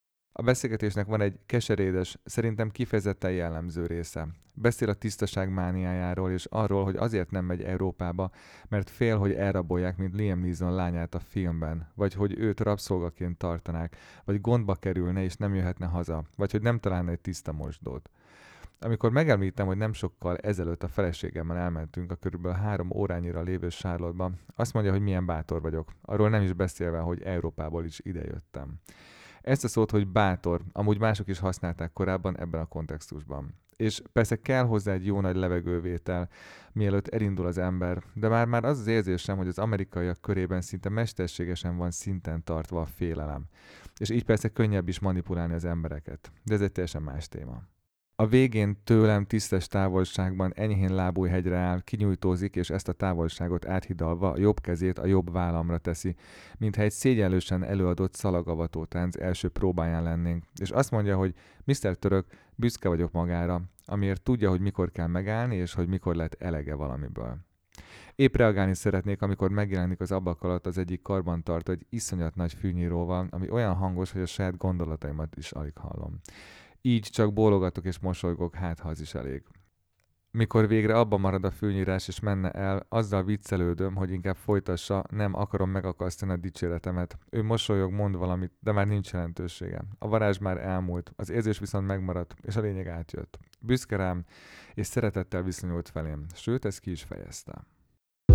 A beszélgetésnek van egy keserédes, szerintem kifejezetten jellemző része. Beszél a tisztaság mániájáról és arról, hogy azért nem megy Európába, mert fél, hogy elrabolják, mint Liam Neeson lányát a filmben, vagy hogy őt rabszolgaként tartanák, vagy gondba kerülne és nem jöhetne haza, vagy hogy nem találna egy tiszta mosdót. Amikor megemlítem, hogy nem sokkal ezelőtt a feleségemmel elmentünk a körülbelül három órányira lévő Charlotte-ba, azt mondja, hogy milyen bátor vagyok, arról nem is beszélve, hogy Európából is idejöttem. Ezt a szót, hogy bátor, amúgy mások is használták korábban ebben a kontextusban. És persze kell hozzá egy jó nagy levegővétel, mielőtt elindul az ember, de már-már az az érzésem, hogy az amerikaiak körében szinte mesterségesen van szinten tartva a félelem. És így persze könnyebb is manipulálni az embereket. De ez egy teljesen más téma. A végén tőlem tisztes távolságban enyhén lábújhegyre áll, kinyújtózik, és ezt a távolságot áthidalva a jobb kezét a jobb vállamra teszi, mintha egy szégyenlősen előadott szalagavató tánc első próbáján lennénk, és azt mondja, hogy miszter Török, büszke vagyok magára, amiért tudja, hogy mikor kell megállni, és hogy mikor lett elege valamiből. Épp reagálni szeretnék, amikor megjelenik az ablak alatt az egyik karbantartó egy iszonyat nagy fűnyíróval, ami olyan hangos, hogy a saját gondolataimat is alig hallom. Így csak bólogatok és mosolygok, hát ha az is elég. Mikor végre abba marad a fűnyírás és menne el, azzal viccelődöm, hogy inkább folytassa, nem akarom megakasztani a dicséretemet. Ő mosolyog, mond valamit, de már nincs jelentősége. A varázs már elmúlt, az érzés viszont megmaradt, és a lényeg átjött. Büszke rám, és szeretettel viszonyult felém, sőt, ezt ki is fejezte.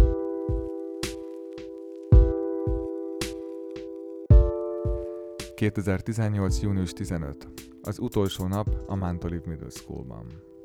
kétezer-tizennyolc. június tizenötödike. Az utolsó nap a Mount Olive Middle Schoolban.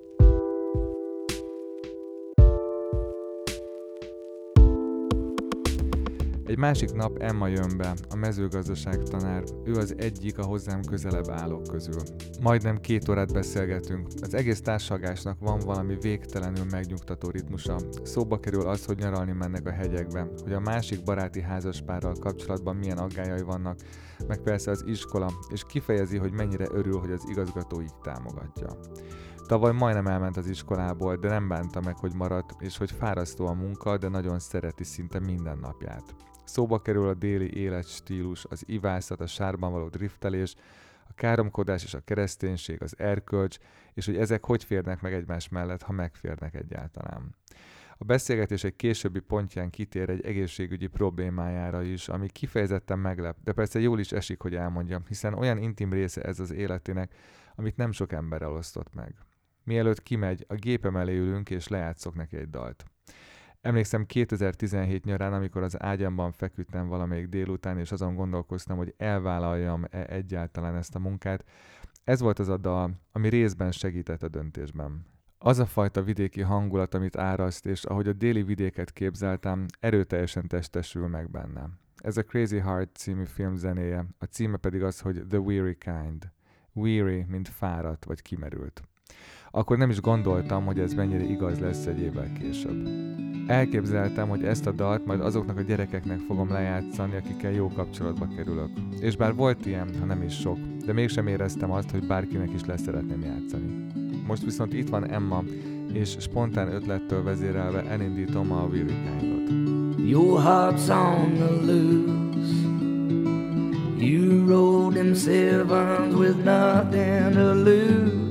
Egy másik nap Emma jön be, a mezőgazdaság tanár, ő az egyik a hozzám közelebb állók közül. Majdnem két órát beszélgetünk, az egész társalgásnak van valami végtelenül megnyugtató ritmusa. Szóba kerül az, hogy nyaralni mennek a hegyekbe, hogy a másik baráti házaspárral kapcsolatban milyen aggályai vannak, meg persze az iskola, és kifejezi, hogy mennyire örül, hogy az igazgató így támogatja. Tavaly majdnem elment az iskolából, de nem bánta meg, hogy maradt, és hogy fárasztó a munka, de nagyon szereti szinte minden napját. Szóba kerül a déli életstílus, az ivászat, a sárban való driftelés, a káromkodás és a kereszténység, az erkölcs, és hogy ezek hogy férnek meg egymás mellett, ha megférnek egyáltalán. A beszélgetés egy későbbi pontján kitér egy egészségügyi problémájára is, ami kifejezetten meglep, de persze jól is esik, hogy elmondjam, hiszen olyan intim része ez az életének, amit nem sok emberrel osztott meg. Mielőtt kimegy, a gépem elé ülünk, és lejátszok neki egy dalt. Emlékszem kétezer-tizenhét nyarán, amikor az ágyamban feküdtem valamelyik délután, és azon gondolkoztam, hogy elvállaljam-e egyáltalán ezt a munkát. Ez volt az a dal, ami részben segített a döntésben. Az a fajta vidéki hangulat, amit áraszt, és ahogy a déli vidéket képzeltem, erőteljesen testesül meg benne. Ez a Crazy Heart című film zenéje, a címe pedig az, hogy The Weary Kind. Weary, mint fáradt vagy kimerült. Akkor nem is gondoltam, hogy ez mennyire igaz lesz egy évvel később. Elképzeltem, hogy ezt a dalt majd azoknak a gyerekeknek fogom lejátszani, akikkel jó kapcsolatba kerülök. És bár volt ilyen, ha nem is sok, de mégsem éreztem azt, hogy bárkinek is lesz szeretném játszani. Most viszont itt van Emma, és spontán ötlettől vezérelve elindítom a Weary Kindot. Your heart's on the loose. You rode them sevens with nothing to lose.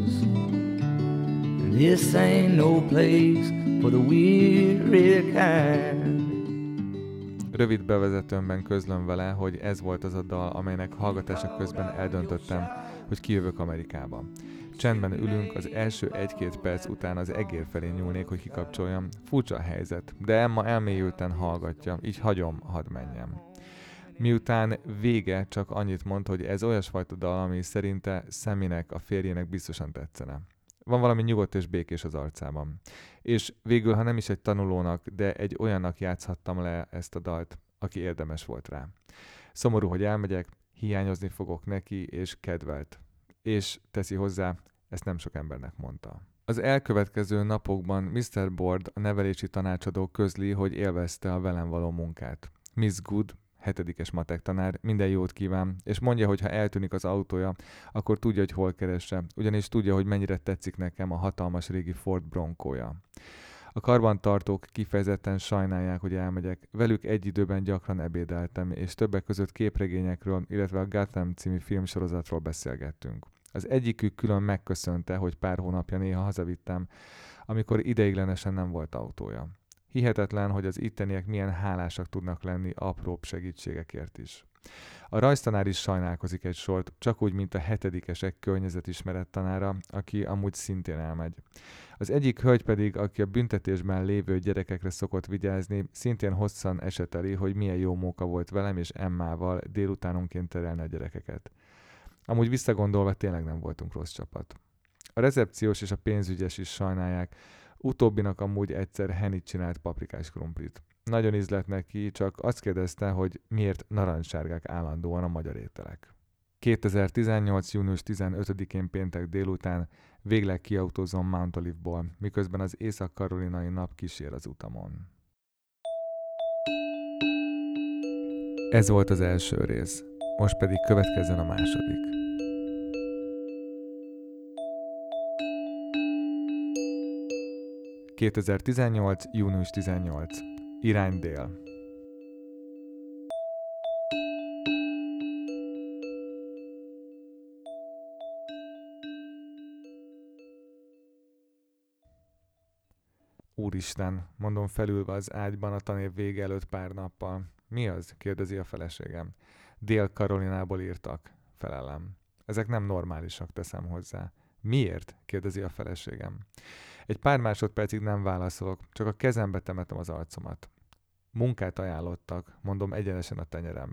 And this ain't no place for the weary kind. Rövid bevezetőmben közlöm vele, hogy ez volt az a dal, amelynek hallgatása közben eldöntöttem, hogy kijövök Amerikába. Csendben ülünk, az első egy-két perc után az egér felé nyúlnék, hogy kikapcsoljam. Furcsa a helyzet, de Emma elmélyülten hallgatja, így hagyom, hadd menjem. Miután vége, csak annyit mond, hogy ez olyasfajta dal, ami szerinte Sammynek, a férjének biztosan tetszene. Van valami nyugodt és békés az arcában. És végül, ha nem is egy tanulónak, de egy olyannak játszhattam le ezt a dalt, aki érdemes volt rá. Szomorú, hogy elmegyek, hiányozni fogok neki, és kedvelt. És teszi hozzá, ezt nem sok embernek mondta. Az elkövetkező napokban miszter Board, a nevelési tanácsadó közli, hogy élvezte a velem való munkát. miss Good, hetedikes matek tanár, minden jót kíván, és mondja, hogy ha eltűnik az autója, akkor tudja, hogy hol keresse, ugyanis tudja, hogy mennyire tetszik nekem a hatalmas régi Ford Broncója. A karbantartók kifejezetten sajnálják, hogy elmegyek. Velük egy időben gyakran ebédeltem, és többek között képregényekről, illetve a Gotham című filmsorozatról beszélgettünk. Az egyikük külön megköszönte, hogy pár hónapja néha hazavittem, amikor ideiglenesen nem volt autója. Hihetetlen, hogy az itteniek milyen hálásak tudnak lenni apróbb segítségekért is. A rajztanár is sajnálkozik egy sort, csak úgy, mint a hetedikesek környezetismeret tanára, aki amúgy szintén elmegy. Az egyik hölgy pedig, aki a büntetésben lévő gyerekekre szokott vigyázni, szintén hosszan eseteli, hogy milyen jó móka volt velem és Emmával délutánonként terelni a gyerekeket. Amúgy visszagondolva tényleg nem voltunk rossz csapat. A recepciós és a pénzügyes is sajnálják, utóbbinak amúgy egyszer Henny csinált paprikás krumplit. Nagyon ízlett neki, csak azt kérdezte, hogy miért narancssárgák állandóan a magyar ételek. kétezer-tizennyolc. június tizenötödikén péntek délután végleg kiautózom Mount Olive-ból, miközben az észak-karolinai nap kísér az utamon. Ez volt az első rész, most pedig következzen a második. kétezer-tizennyolc. június tizennyolc. Irány dél. Úristen, mondom felülve az ágyban a tanév vége előtt pár nappal. Mi az? Kérdezi a feleségem. Dél-Karolinából írtak, felelem. Ezek nem normálisak, teszem hozzá. Miért? Kérdezi a feleségem. Egy pár másodpercig nem válaszolok, csak a kezembe temetem az arcomat. Munkát ajánlottak, mondom egyenesen a tenyerembe.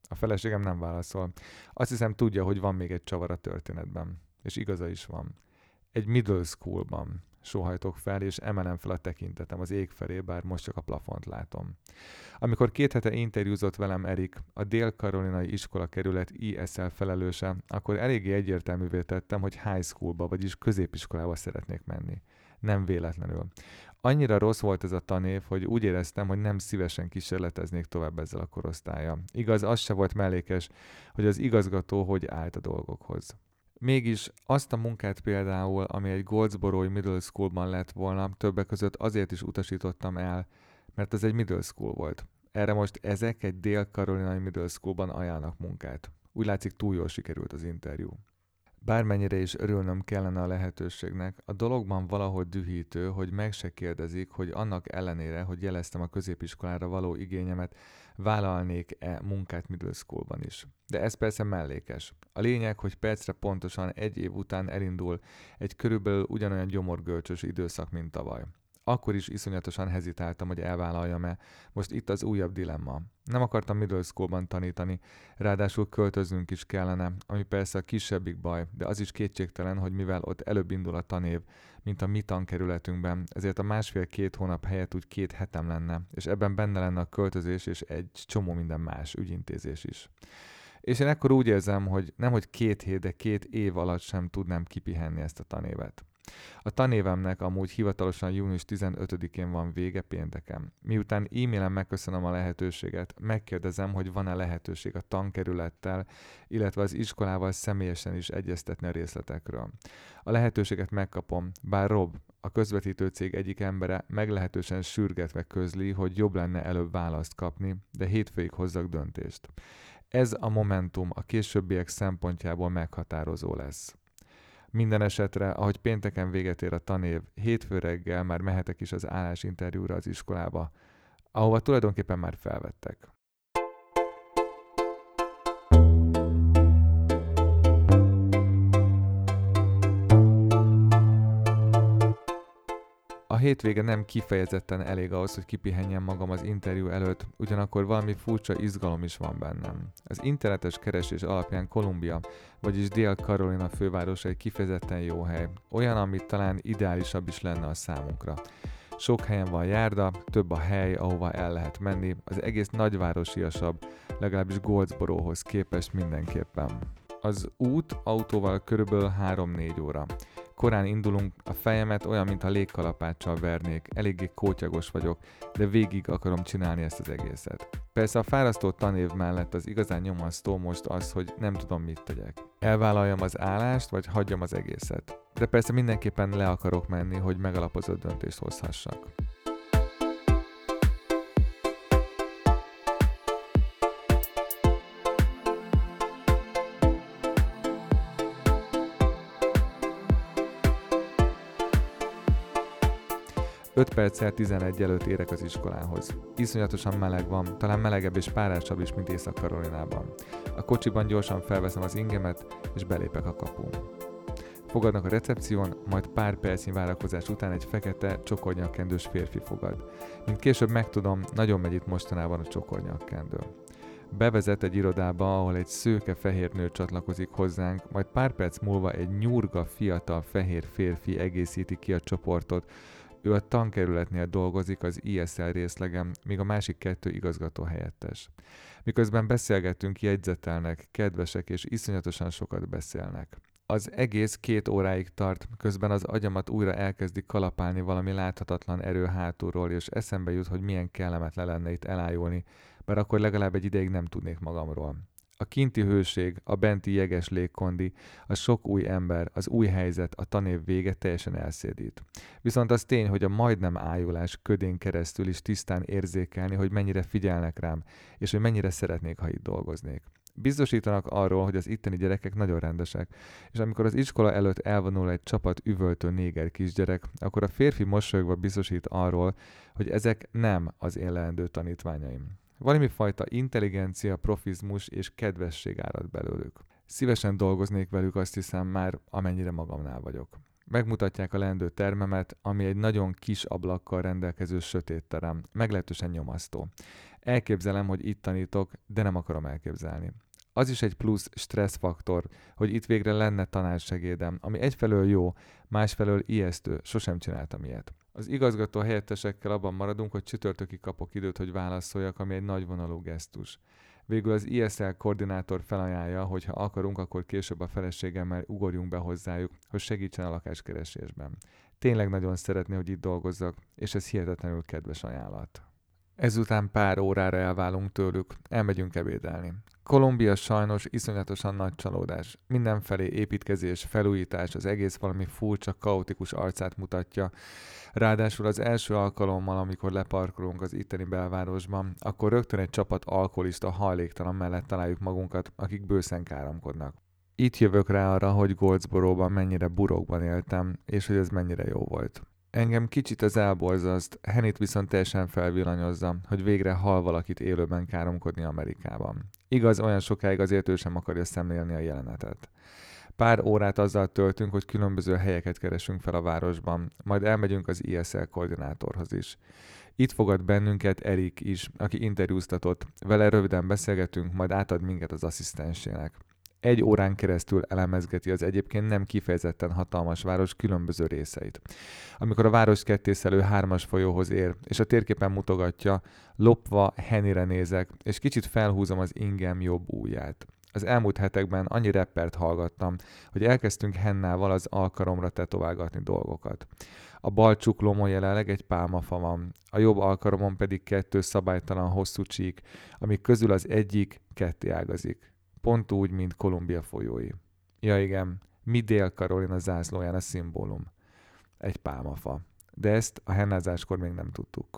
A feleségem nem válaszol. Azt hiszem tudja, hogy van még egy csavar a történetben. És igaza is van. Egy middle schoolban sóhajtok fel, és emelem fel a tekintetem az ég felé, bár most csak a plafont látom. Amikor két hete interjúzott velem Erik, a Dél-Karolinai Iskola Kerület I S L felelőse, akkor eléggé egyértelművé tettem, hogy high schoolba, vagyis középiskolába szeretnék menni. Nem véletlenül. Annyira rossz volt ez a tanév, hogy úgy éreztem, hogy nem szívesen kísérleteznék tovább ezzel a korosztállyal. Igaz, az se volt mellékes, hogy az igazgató hogy állt a dolgokhoz. Mégis azt a munkát például, ami egy Goldsboro-i middle schoolban lett volna, többek között azért is utasítottam el, mert ez egy middle school volt. Erre most ezek egy Dél-Karolinai middle schoolban ajánlnak munkát. Úgy látszik, túl jól sikerült az interjú. Bármennyire is örülnöm kellene a lehetőségnek, a dologban valahol dühítő, hogy meg se kérdezik, hogy annak ellenére, hogy jeleztem a középiskolára való igényemet, vállalnék-e munkát middle schoolban is. De ez persze mellékes. A lényeg, hogy percre pontosan egy év után elindul egy körülbelül ugyanolyan gyomorgörcsös időszak, mint tavaly. Akkor is iszonyatosan hezitáltam, hogy elvállaljam-e. Most itt az újabb dilemma. Nem akartam middle schoolban tanítani, ráadásul költöznünk is kellene, ami persze a kisebbik baj, de az is kétségtelen, hogy mivel ott előbb indul a tanév, mint a mi tankerületünkben, ezért a másfél-két hónap helyett úgy két hetem lenne, és ebben benne lenne a költözés és egy csomó minden más ügyintézés is. És én ekkor úgy érzem, hogy nemhogy két hét, de két év alatt sem tudnám kipihenni ezt a tanévet. A tanévemnek amúgy hivatalosan június tizenötödikén van vége pénteken. Miután e-mailen megköszönöm a lehetőséget, megkérdezem, hogy van-e lehetőség a tankerülettel, illetve az iskolával személyesen is egyeztetni a részletekről. A lehetőséget megkapom, bár Rob, a közvetítő cég egyik embere meglehetősen sürgetve közli, hogy jobb lenne előbb választ kapni, de hétfőig hozzak döntést. Ez a momentum a későbbiek szempontjából meghatározó lesz. Minden esetre, ahogy pénteken véget ér a tanév, hétfő reggel már mehetek is az állásinterjúra az iskolába, ahova tulajdonképpen már felvettek. A hétvége nem kifejezetten elég ahhoz, hogy kipihenjem magam az interjú előtt, ugyanakkor valami furcsa izgalom is van bennem. Az internetes keresés alapján Kolumbia, vagyis Dél-Karolina fővárosa egy kifejezetten jó hely, olyan, amit talán ideálisabb is lenne a számunkra. Sok helyen van járda, több a hely, ahova el lehet menni, az egész nagyvárosiasabb, legalábbis Goldsborohoz képest mindenképpen. Az út autóval körülbelül három-négy óra. Korán indulunk, a fejemet olyan, mintha légkalapáccsal vernék, eléggé kótyagos vagyok, de végig akarom csinálni ezt az egészet. Persze a fárasztó tanév mellett az igazán nyomasztó most az, hogy nem tudom, mit tegyek. Elvállaljam az állást, vagy hagyjam az egészet. De persze mindenképpen le akarok menni, hogy megalapozott döntést hozhassak. öt perccel tizenegy előtt érek az iskolához. Iszonyatosan meleg van, talán melegebb és párásabb is, mint Észak-Karolinában. A kocsiban gyorsan felveszem az ingemet, és belépek a kapun. Fogadnak a recepción, majd pár percnyi várakozás után egy fekete, csokornyakkendős férfi fogad. Mint később megtudom, nagyon megy itt mostanában a csokornyakkendő. Bevezet egy irodába, ahol egy szőke fehér nő csatlakozik hozzánk, majd pár perc múlva egy nyurga, fiatal, fehér férfi egészíti ki a csoportot. Ő a tankerületnél dolgozik az I S L részlegem, míg a másik kettő igazgató helyettes. Miközben beszélgetünk, jegyzetelnek, kedvesek és iszonyatosan sokat beszélnek. Az egész két óráig tart, közben az agyamat újra elkezdi kalapálni valami láthatatlan erő hátulról, és eszembe jut, hogy milyen kellemetlen lenne itt elájulni, bár akkor legalább egy ideig nem tudnék magamról. A kinti hőség, a benti jeges légkondi, a sok új ember, az új helyzet, a tanév vége teljesen elszédít. Viszont az tény, hogy a majdnem ájulás ködén keresztül is tisztán érzékelni, hogy mennyire figyelnek rám, és hogy mennyire szeretnék, ha itt dolgoznék. Biztosítanak arról, hogy az itteni gyerekek nagyon rendesek, és amikor az iskola előtt elvonul egy csapat üvöltő néger kisgyerek, akkor a férfi mosolyogva biztosít arról, hogy ezek nem az én leendő tanítványaim. Valami fajta intelligencia, profizmus és kedvesség árad belőlük. Szívesen dolgoznék velük, azt hiszem már, amennyire magamnál vagyok. Megmutatják a leendő termemet, ami egy nagyon kis ablakkal rendelkező sötét terem, meglehetősen nyomasztó. Elképzelem, hogy itt tanítok, de nem akarom elképzelni. Az is egy plusz stresszfaktor, hogy itt végre lenne tanársegédem, ami egyfelől jó, másfelől ijesztő, sosem csináltam ilyet. Az igazgató helyettesekkel abban maradunk, hogy csütörtökig kapok időt, hogy válaszoljak, ami egy nagyvonalú gesztus. Végül az i es el koordinátor felajánlja, hogy ha akarunk, akkor később a feleségemmel ugorjunk be hozzájuk, hogy segítsen a lakáskeresésben. Tényleg nagyon szeretné, hogy itt dolgozzak, és ez hihetetlenül kedves ajánlat. Ezután pár órára elválunk tőlük, elmegyünk ebédelni. Kolumbia sajnos iszonyatosan nagy csalódás. Mindenfelé építkezés, felújítás, az egész valami furcsa, kaotikus arcát mutatja. Ráadásul az első alkalommal, amikor leparkolunk az itteni belvárosban, akkor rögtön egy csapat alkoholista hajléktalan mellett találjuk magunkat, akik bőszen káromkodnak. Itt jövök rá arra, hogy Goldsboróban mennyire burokban éltem, és hogy ez mennyire jó volt. Engem kicsit az elborzaszt, Hennyt viszont teljesen felvillanyozza, hogy végre hall valakit élőben káromkodni Amerikában. Igaz, olyan sokáig azért ő sem akarja szemlélni a jelenetet. Pár órát azzal töltünk, hogy különböző helyeket keresünk fel a városban, majd elmegyünk az i es el koordinátorhoz is. Itt fogad bennünket Erik is, aki interjúztatott, vele röviden beszélgetünk, majd átad minket az asszisztensének. Egy órán keresztül elemezgeti az egyébként nem kifejezetten hatalmas város különböző részeit. Amikor a város kettészelő hármas folyóhoz ér, és a térképen mutogatja, lopva Hennyre nézek, és kicsit felhúzom az ingem jobb ujját. Az elmúlt hetekben annyi rappert hallgattam, hogy elkezdtünk Hennával az alkaromra tetoválgatni dolgokat. A bal csuklómon jelenleg egy pálmafa van, a jobb alkaromon pedig kettő szabálytalan hosszú csík, amik közül az egyik ketté ágazik. Pont úgy, mint Kolumbia folyói. Ja igen, mi Dél-Karolina zászlóján a szimbólum. Egy pálmafa. De ezt a hennázáskor még nem tudtuk.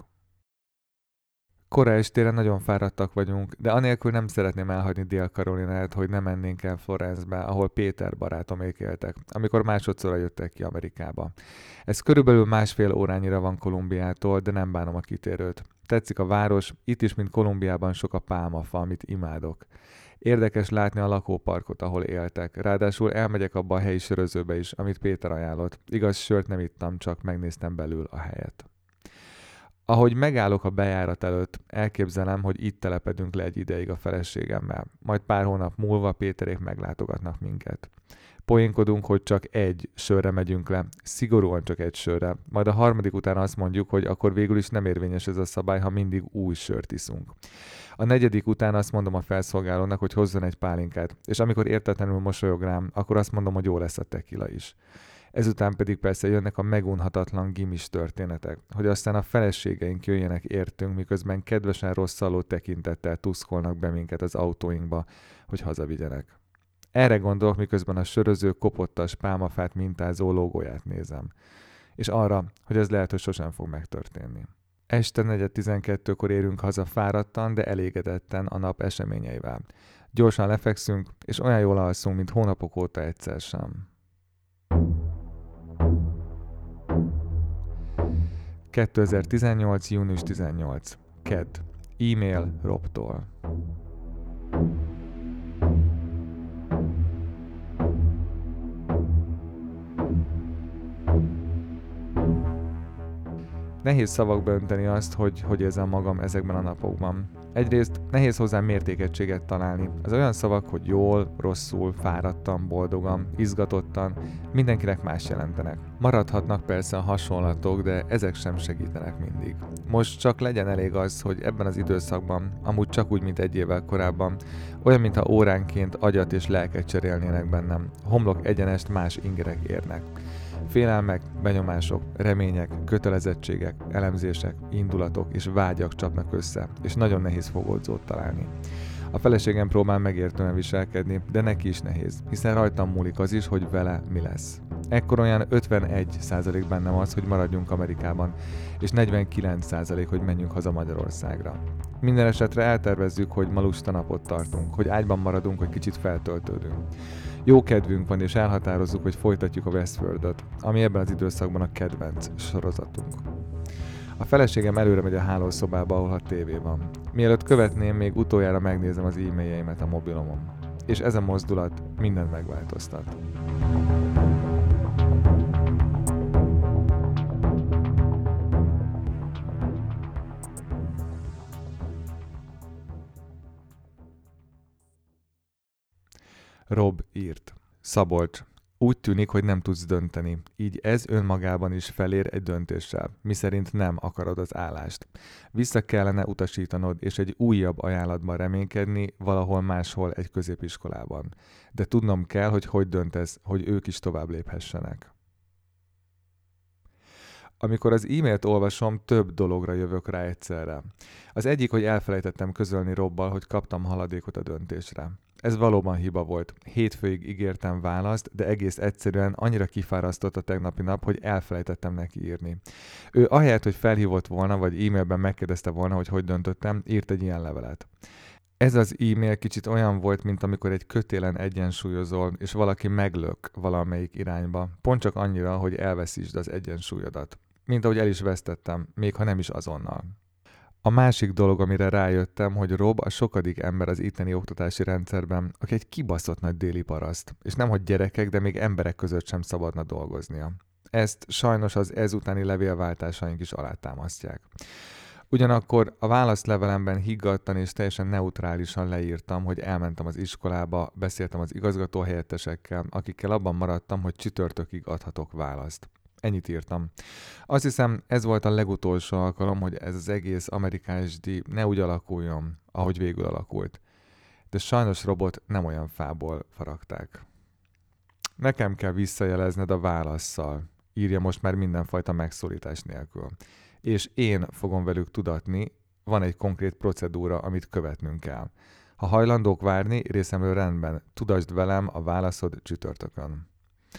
Kora estére nagyon fáradtak vagyunk, de anélkül nem szeretném elhagyni Dél-Karolinát, hogy ne mennénk el Florencebe, ahol Péter barátomék éltek, amikor másodszorra jöttek ki Amerikába. Ez körülbelül másfél órányira van Kolumbiától, de nem bánom a kitérőt. Tetszik a város, itt is, mint Kolumbiában sok a pálmafa, amit imádok. Érdekes látni a lakóparkot, ahol éltek. Ráadásul elmegyek abba a helyi sörözőbe is, amit Péter ajánlott. Igaz, sört nem ittam, csak megnéztem belül a helyet. Ahogy megállok a bejárat előtt, elképzelem, hogy itt telepedünk le egy ideig a feleségemmel. Majd pár hónap múlva Péterék meglátogatnak minket. Poénkodunk, hogy csak egy sörre megyünk le, szigorúan csak egy sörre. Majd a harmadik után azt mondjuk, hogy akkor végül is nem érvényes ez a szabály, ha mindig új sört iszunk. A negyedik után azt mondom a felszolgálónak, hogy hozzon egy pálinkát, és amikor értetlenül mosolyog rám, akkor azt mondom, hogy jó lesz a tequila is. Ezután pedig persze jönnek a megunhatatlan gimis történetek, hogy aztán a feleségeink jöjjenek értünk, miközben kedvesen rosszalló tekintettel tuszkolnak be minket az autóinkba, hogy hazavigyenek. Erre gondolok, miközben a söröző kopottas pálmafát mintázó logóját nézem. És arra, hogy ez lehet, hogy sosem fog megtörténni. Este negyed tizenkettőkor érünk haza fáradtan, de elégedetten a nap eseményeivel. Gyorsan lefekszünk, és olyan jól alszunk, mint hónapok óta egyszer sem. kétezer-tizennyolc. június tizennyolc. Kedd. E-mail Robtól. Nehéz szavakba önteni azt, hogy hogy érzem magam ezekben a napokban. Egyrészt nehéz hozzá mértékegységet találni. Az olyan szavak, hogy jól, rosszul, fáradtan, boldogan, izgatottan, mindenkinek más jelentenek. Maradhatnak persze a hasonlatok, de ezek sem segítenek mindig. Most csak legyen elég az, hogy ebben az időszakban, amúgy csak úgy, mint egy évvel korábban, olyan, mintha óránként agyat és lelket cserélnének bennem. Homlok egyenest más ingerek érnek. Félelmek, benyomások, remények, kötelezettségek, elemzések, indulatok és vágyak csapnak össze, és nagyon nehéz fogódzót találni. A feleségem próbál megértően viselkedni, de neki is nehéz, hiszen rajtam múlik az is, hogy vele mi lesz. Ekkor olyan ötvenegy százalék bennem az, hogy maradjunk Amerikában, és negyvenkilenc százalék, hogy menjünk haza Magyarországra. Minden esetre eltervezzük, hogy ma lusta napot tartunk, hogy ágyban maradunk, hogy kicsit feltöltődünk. Jó kedvünk van, és elhatározzuk, hogy folytatjuk a Westworldot, ami ebben az időszakban a kedvenc sorozatunk. A feleségem előre megy a hálószobába, ahol a tévé van. Mielőtt követném, még utoljára megnézem az e-mailjeimet a mobilomon. És ez a mozdulat mindent megváltoztat. Rob írt. Szabolcs. Úgy tűnik, hogy nem tudsz dönteni. Így ez önmagában is felér egy döntéssel, miszerint nem akarod az állást. Vissza kellene utasítanod, és egy újabb ajánlatban reménykedni valahol máshol egy középiskolában. De tudnom kell, hogy hogy döntesz, hogy ők is tovább léphessenek. Amikor az e-mailt olvasom, több dologra jövök rá egyszerre. Az egyik, hogy elfelejtettem közölni Robbal, hogy kaptam haladékot a döntésre. Ez valóban hiba volt. Hétfőig ígértem választ, de egész egyszerűen annyira kifárasztott a tegnapi nap, hogy elfelejtettem neki írni. Ő ahelyett, hogy felhívott volna, vagy e-mailben megkérdezte volna, hogy hogy döntöttem, írt egy ilyen levelet. Ez az e-mail kicsit olyan volt, mint amikor egy kötélen egyensúlyozol, és valaki meglök valamelyik irányba, pont csak annyira, hogy elveszítsd az egyensúlyodat. Mint ahogy el is vesztettem, még ha nem is azonnal. A másik dolog, amire rájöttem, hogy Rob a sokadik ember az itteni oktatási rendszerben, aki egy kibaszott nagy déli paraszt, és nemhogy gyerekek, de még emberek között sem szabadna dolgoznia. Ezt sajnos az ezutáni levélváltásaink is alátámasztják. Ugyanakkor a válaszlevelemben higgadtan és teljesen neutrálisan leírtam, hogy elmentem az iskolába, beszéltem az igazgató helyettesekkel, akikkel abban maradtam, hogy csütörtökig adhatok választ. Ennyit írtam. Azt hiszem, ez volt a legutolsó alkalom, hogy ez az egész amerikás díj ne úgy alakuljon, ahogy végül alakult. De sajnos Robot nem olyan fából faragták. Nekem kell visszajelezned a válasszal, írja most már mindenfajta megszólítás nélkül. És én fogom velük tudatni, van egy konkrét procedúra, amit követnünk kell. Ha hajlandók várni, részemről rendben, tudasd velem a válaszod csütörtökön.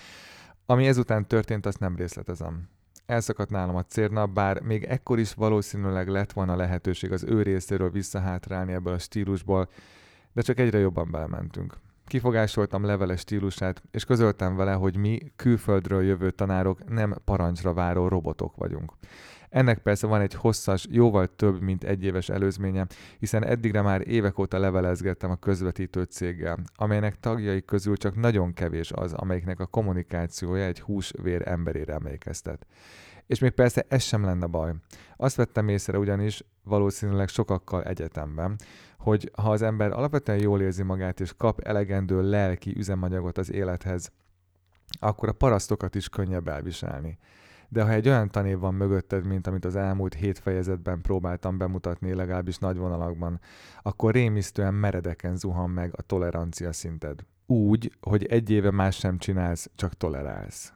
Ami ezután történt, azt nem részletezem. Elszakadt nálam a cérna, bár még ekkor is valószínűleg lett volna lehetőség az ő részéről visszahátrálni ebből a stílusból, de csak egyre jobban belementünk. Kifogásoltam levele stílusát, és közöltem vele, hogy mi, külföldről jövő tanárok nem parancsra váró robotok vagyunk. Ennek persze van egy hosszas, jóval több, mint egy éves előzménye, hiszen eddigre már évek óta levelezgettem a közvetítő céggel, amelynek tagjai közül csak nagyon kevés az, amelyiknek a kommunikációja egy hús-vér emberére emlékeztet. És még persze ez sem lenne baj. Azt vettem észre ugyanis, valószínűleg sokakkal egyetemben, hogy ha az ember alapvetően jól érzi magát és kap elegendő lelki üzemanyagot az élethez, akkor a parasztokat is könnyebb elviselni. De ha egy olyan tanév van mögötted, mint amit az elmúlt hét fejezetben próbáltam bemutatni, legalábbis nagy vonalakban, akkor rémisztően meredeken zuhan meg a tolerancia szinted. Úgy, hogy egy éve más sem csinálsz, csak tolerálsz.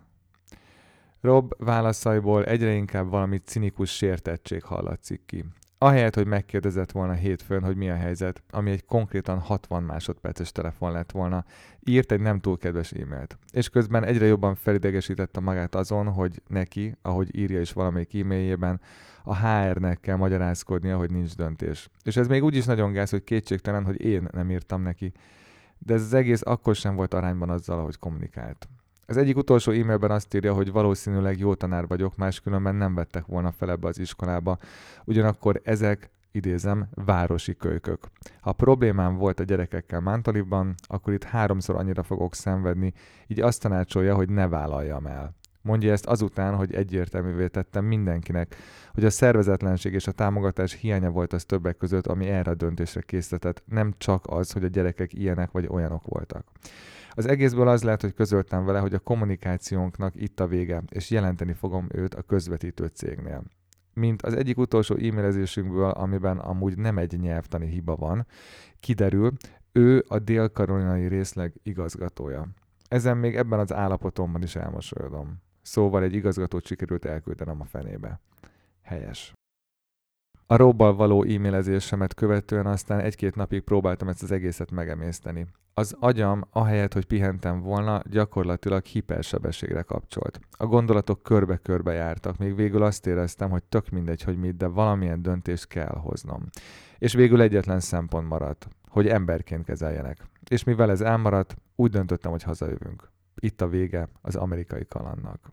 Rob válaszaiból egyre inkább valami cinikus sértettség hallatszik ki. Ahelyett, hogy megkérdezett volna hétfőn, hogy mi a helyzet, ami egy konkrétan hatvan másodperces telefon lett volna, írt egy nem túl kedves e-mailt. És közben egyre jobban felidegesítette magát azon, hogy neki, ahogy írja is valamelyik e-mailjében, a há er-nek kell magyarázkodnia, hogy nincs döntés. És ez még úgy is nagyon gáz, hogy kétségtelen, hogy én nem írtam neki. De ez az egész akkor sem volt arányban azzal, ahogy kommunikált. Az egyik utolsó e-mailben azt írja, hogy valószínűleg jó tanár vagyok, máskülönben nem vettek volna fel ebbe az iskolába. Ugyanakkor ezek, idézem, városi kölykök. Ha problémám volt a gyerekekkel Mántaliban, akkor itt háromszor annyira fogok szenvedni, így azt tanácsolja, hogy ne vállaljam el. Mondja ezt azután, hogy egyértelművé tettem mindenkinek, hogy a szervezetlenség és a támogatás hiánya volt az többek között, ami erre a döntésre késztetett, nem csak az, hogy a gyerekek ilyenek vagy olyanok voltak. Az egészből az lehet, hogy közöltem vele, hogy a kommunikációnknak itt a vége, és jelenteni fogom őt a közvetítő cégnél. Mint az egyik utolsó e-mailezésünkből, amiben amúgy nem egy nyelvtani hiba van, kiderül, ő a dél-karolinai részleg igazgatója. Ezen még ebben az állapotomban is elmosolyodom. Szóval egy igazgatót sikerült elküldenem a fenébe. Helyes. A Robbal való e-mailezésemet követően aztán egy-két napig próbáltam ezt az egészet megemészteni. Az agyam, ahelyett, hogy pihentem volna, gyakorlatilag hipersebességre kapcsolt. A gondolatok körbe-körbe jártak, még végül azt éreztem, hogy tök mindegy, hogy mit, de valamilyen döntést kell hoznom. És végül egyetlen szempont maradt, hogy emberként kezeljenek. És mivel ez elmaradt, úgy döntöttem, hogy hazajövünk. Itt a vége az amerikai kalandnak.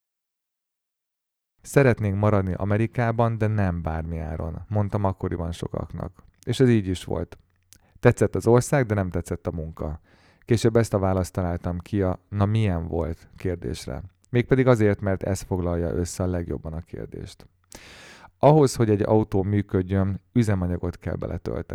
Szeretnénk maradni Amerikában, de nem bármi áron, mondtam akkoriban sokaknak. És ez így is volt. Tetszett az ország, de nem tetszett a munka. Később ezt a választ találtam ki a na milyen volt kérdésre. Mégpedig azért, mert ez foglalja össze a legjobban a kérdést. Ahhoz, hogy egy autó működjön, üzemanyagot kell beletölteni.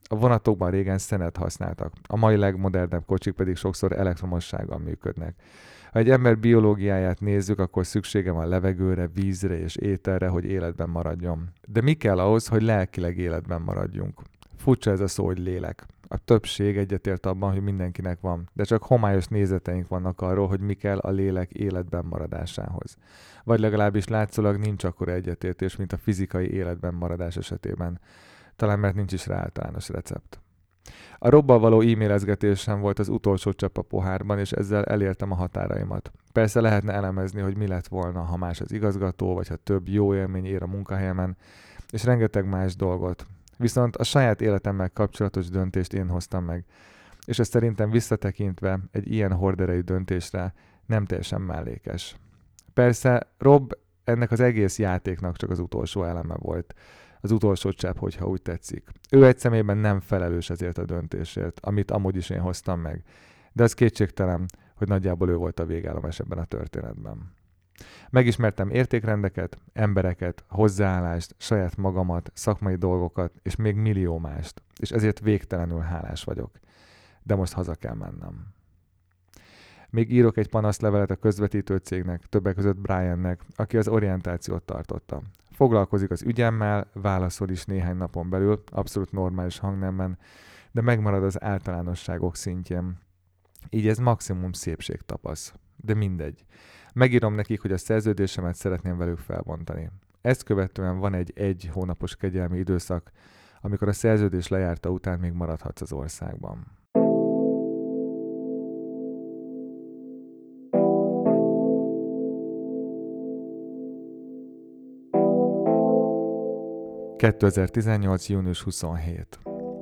A vonatokban régen szenet használtak, a mai legmodernebb kocsik pedig sokszor elektromossággal működnek. Ha egy ember biológiáját nézzük, akkor szüksége van levegőre, vízre és ételre, hogy életben maradjon. De mi kell ahhoz, hogy lelkileg életben maradjunk? Furcsa ez a szó, hogy lélek. A többség egyetért abban, hogy mindenkinek van, de csak homályos nézeteink vannak arról, hogy mi kell a lélek életben maradásához. Vagy legalábbis látszólag nincs akkora egyetértés, mint a fizikai életben maradás esetében. Talán mert nincs is rá általános recept. A Robbal való e-mailezgetésem volt az utolsó csepp a pohárban, és ezzel elértem a határaimat. Persze lehetne elemezni, hogy mi lett volna, ha más az igazgató, vagy ha több jó élmény ér a munkahelyemen, és rengeteg más dolgot. Viszont a saját életemmel kapcsolatos döntést én hoztam meg, és ez szerintem visszatekintve egy ilyen horderejű döntésre nem teljesen mellékes. Persze Robb ennek az egész játéknak csak az utolsó eleme volt. Az utolsó csepp, hogyha úgy tetszik. Ő egy személyben nem felelős ezért a döntésért, amit amúgy is én hoztam meg. De az kétségtelen, hogy nagyjából ő volt a végállomás ebben a történetben. Megismertem értékrendeket, embereket, hozzáállást, saját magamat, szakmai dolgokat, és még millió mást. És ezért végtelenül hálás vagyok. De most haza kell mennem. Még írok egy panaszlevelet a közvetítő cégnek, többek között Briannek, aki az orientációt tartotta. Foglalkozik az ügyemmel, válaszol is néhány napon belül, abszolút normális hangnemben, de megmarad az általánosságok szintjén. Így ez maximum szépségtapasz. De mindegy. Megírom nekik, hogy a szerződésemet szeretném velük felbontani. Ezt követően van egy egy hónapos kegyelmi időszak, amikor a szerződés lejárta után még maradhatsz az országban. kétezer-tizennyolc. június huszonhetedike.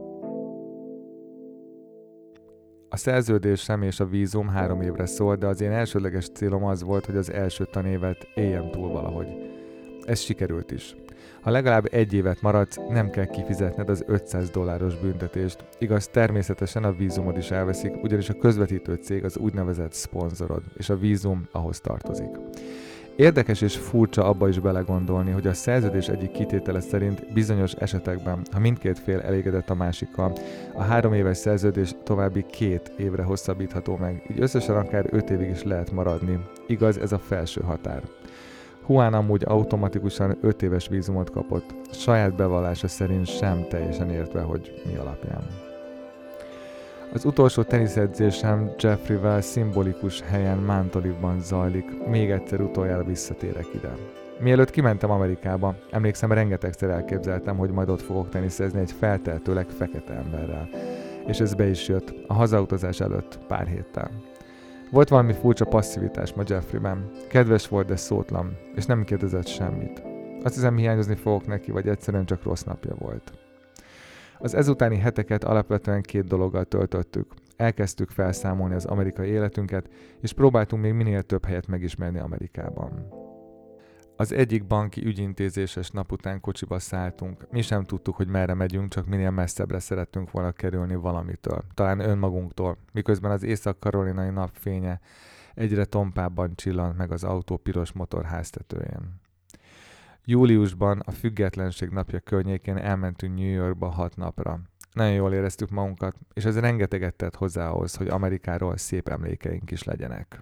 A szerződésem és a vízum három évre szól, de az én elsődleges célom az volt, hogy az első tanévet éljem túl valahogy. Ez sikerült is. Ha legalább egy évet maradsz, nem kell kifizetned az ötszáz dolláros büntetést. Igaz, természetesen a vízumod is elveszik, ugyanis a közvetítő cég az úgynevezett szponzorod, és a vízum ahhoz tartozik. Érdekes és furcsa abba is belegondolni, hogy a szerződés egyik kitétele szerint bizonyos esetekben, ha mindkét fél elégedett a másikkal, a három éves szerződés további két évre hosszabbítható meg, így összesen akár öt évig is lehet maradni. Igaz, ez a felső határ. Juan amúgy automatikusan öt éves vízumot kapott, saját bevallása szerint sem teljesen értve, hogy mi alapján. Az utolsó teniszedzésem Jeffreyvel szimbolikus helyen Montolive-ban zajlik, még egyszer utoljára visszatérek ide. Mielőtt kimentem Amerikába, emlékszem, rengetegszer elképzeltem, hogy majd ott fogok teniszezni egy feltehetőleg fekete emberrel. És ez be is jött, a hazautazás előtt pár héttel. Volt valami furcsa passzivitás ma Jeffreyben. Kedves volt, de szótlan, és nem kérdezett semmit. Azt hiszem, hiányozni fogok neki, vagy egyszerűen csak rossz napja volt. Az ezutáni heteket alapvetően két dologgal töltöttük. Elkezdtük felszámolni az amerikai életünket, és próbáltunk még minél több helyet megismerni Amerikában. Az egyik banki ügyintézéses nap után kocsiba szálltunk. Mi sem tudtuk, hogy merre megyünk, csak minél messzebbre szerettünk volna kerülni valamitől. Talán önmagunktól, miközben az észak-karolinai napfénye egyre tompábban csillant meg az autó piros motor háztetőjén. Júliusban, a Függetlenség napja környékén elmentünk New Yorkba hat napra. Nagyon jól éreztük magunkat, és ez rengeteget tett hozzá ahhoz, hogy Amerikáról szép emlékeink is legyenek.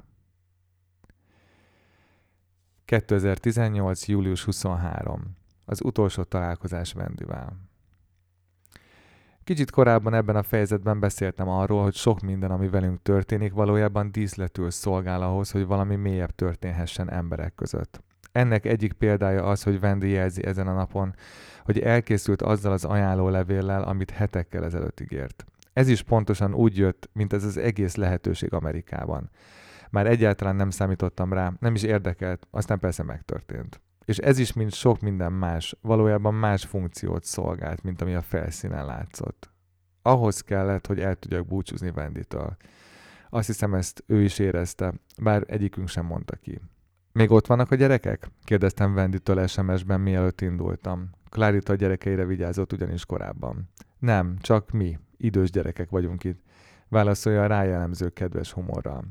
kétezer-tizennyolc. július huszonharmadika. Az utolsó találkozás Wendyvel. Kicsit korábban ebben a fejezetben beszéltem arról, hogy sok minden, ami velünk történik, valójában díszletül szolgál ahhoz, hogy valami mélyebb történhessen emberek között. Ennek egyik példája az, hogy Wendy jelzi ezen a napon, hogy elkészült azzal az ajánlólevéllel, amit hetekkel ezelőtt ígért. Ez is pontosan úgy jött, mint ez az egész lehetőség Amerikában. Már egyáltalán nem számítottam rá, nem is érdekelt, aztán persze megtörtént. És ez is, mint sok minden más, valójában más funkciót szolgált, mint ami a felszínen látszott. Ahhoz kellett, hogy el tudjak búcsúzni Wendytől. Azt hiszem, ezt ő is érezte, bár egyikünk sem mondta ki. Még ott vannak a gyerekek? Kérdeztem Wendytől es em es-ben, mielőtt indultam. Clarita a gyerekeire vigyázott ugyanis korábban. Nem, csak mi, idős gyerekek vagyunk itt, válaszolja a rájellemző kedves humorral.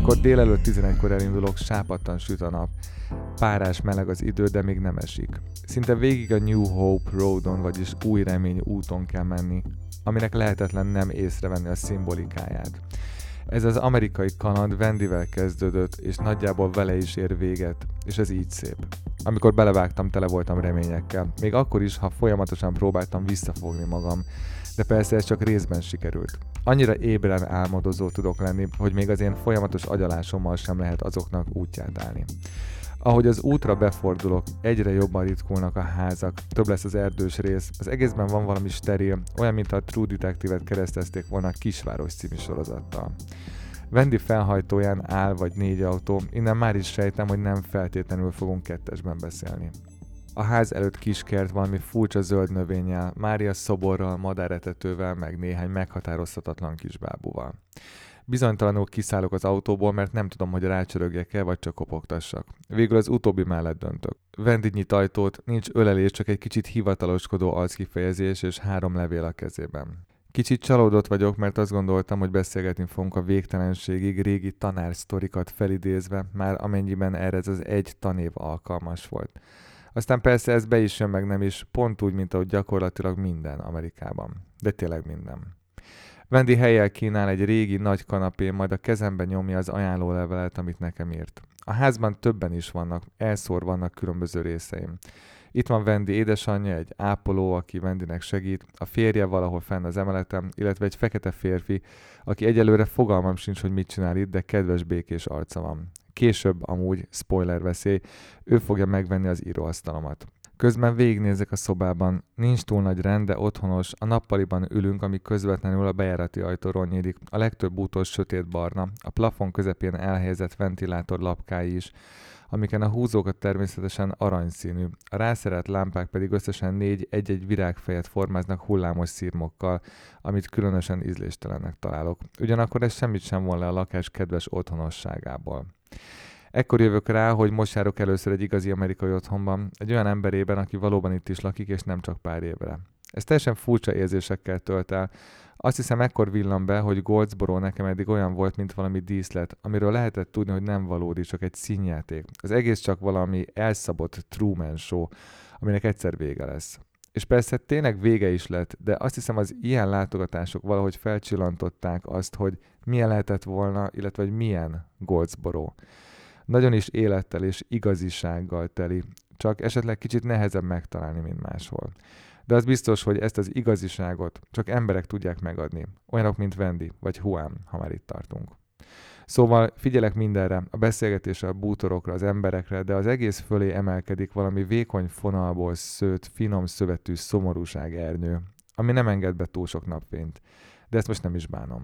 Amikor délelőtt tizenegykor elindulok, sápadtan süt a nap. Párás meleg az idő, de még nem esik. Szinte végig a New Hope Roadon, vagyis Új Remény úton kell menni, aminek lehetetlen nem észrevenni a szimbolikáját. Ez az amerikai kaland Wendyvel kezdődött, és nagyjából vele is ér véget, és ez így szép. Amikor belevágtam, tele voltam reményekkel, még akkor is, ha folyamatosan próbáltam visszafogni magam, de persze ez csak részben sikerült. Annyira ébren álmodozó tudok lenni, hogy még az én folyamatos agyalásommal sem lehet azoknak útját állni. Ahogy az útra befordulok, egyre jobban ritkulnak a házak, több lesz az erdős rész, az egészben van valami steril, olyan, mint a True Detective-et keresztezték volna a Kisváros című sorozattal. Wendy felhajtóján áll vagy négy autó, innen már is sejtem, hogy nem feltétlenül fogunk kettesben beszélni. A ház előtt kiskert valami furcsa zöld növényel, Mária szoborral, madáretetővel, meg néhány meghatározhatatlan kis bábúval. Bizonytalanul kiszállok az autóból, mert nem tudom, hogy rácsörögjek-e, vagy csak kopogtassak. Végül az utóbbi mellett döntök. Wendy nyit ajtót, nincs ölelés, csak egy kicsit hivataloskodó arckifejezés és három levél a kezében. Kicsit csalódott vagyok, mert azt gondoltam, hogy beszélgetni fogunk a végtelenségig régi tanársztorikat felidézve, már amennyiben erre ez az egy tanév alkalmas volt. Aztán persze ez be is jön, meg nem is, pont úgy, mint ahogy gyakorlatilag minden Amerikában. De tényleg minden. Wendy helyjel kínál egy régi nagy kanapén, majd a kezembe nyomja az ajánlólevelet, amit nekem írt. A házban többen is vannak, elszór vannak különböző részeim. Itt van Wendy édesanyja, egy ápoló, aki Wendynek segít, a férje valahol fenn az emeletem, illetve egy fekete férfi, aki egyelőre fogalmam sincs, hogy mit csinál itt, de kedves békés arca van. Később amúgy, spoiler veszély, ő fogja megvenni az íróasztalomat. Közben végignézek a szobában, nincs túl nagy rend, de otthonos, a nappaliban ülünk, ami közvetlenül a bejárati ajtóról nyílik, a legtöbb útos sötétbarna, a plafon közepén elhelyezett ventilátor lapkái is, amiken a húzókat természetesen aranyszínű, a rászerelt lámpák pedig összesen négy egy-egy virágfejet formáznak hullámos szirmokkal, amit különösen ízléstelennek találok. Ugyanakkor ez semmit sem von le a lakás kedves otthonosságából. Ekkor jövök rá, hogy most járok először egy igazi amerikai otthonban, egy olyan emberében, aki valóban itt is lakik, és nem csak pár évre. Ez teljesen furcsa érzésekkel tölt el. Azt hiszem, ekkor villan be, hogy Goldsboro nekem eddig olyan volt, mint valami díszlet, amiről lehetett tudni, hogy nem valódi, csak egy színjáték. Az egész csak valami elszabott Truman Show, aminek egyszer vége lesz. És persze tényleg vége is lett, de azt hiszem, az ilyen látogatások valahogy felcsillantották azt, hogy milyen lehetett volna, illetve hogy milyen Goldsboro. Nagyon is élettel és igazisággal teli, csak esetleg kicsit nehezebb megtalálni, mint máshol. De az biztos, hogy ezt az igaziságot csak emberek tudják megadni. Olyanok, mint Wendy vagy Juan, ha már itt tartunk. Szóval figyelek mindenre, a beszélgetésre, a bútorokra, az emberekre, de az egész fölé emelkedik valami vékony fonalból szőtt, finom szövetű szomorúság ernyő, ami nem enged be túl sok napfényt. De ezt most nem is bánom.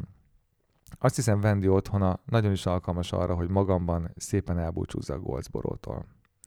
Azt hiszem, Wendy otthona nagyon is alkalmas arra, hogy magamban szépen elbúcsúzzak Goldsborótól.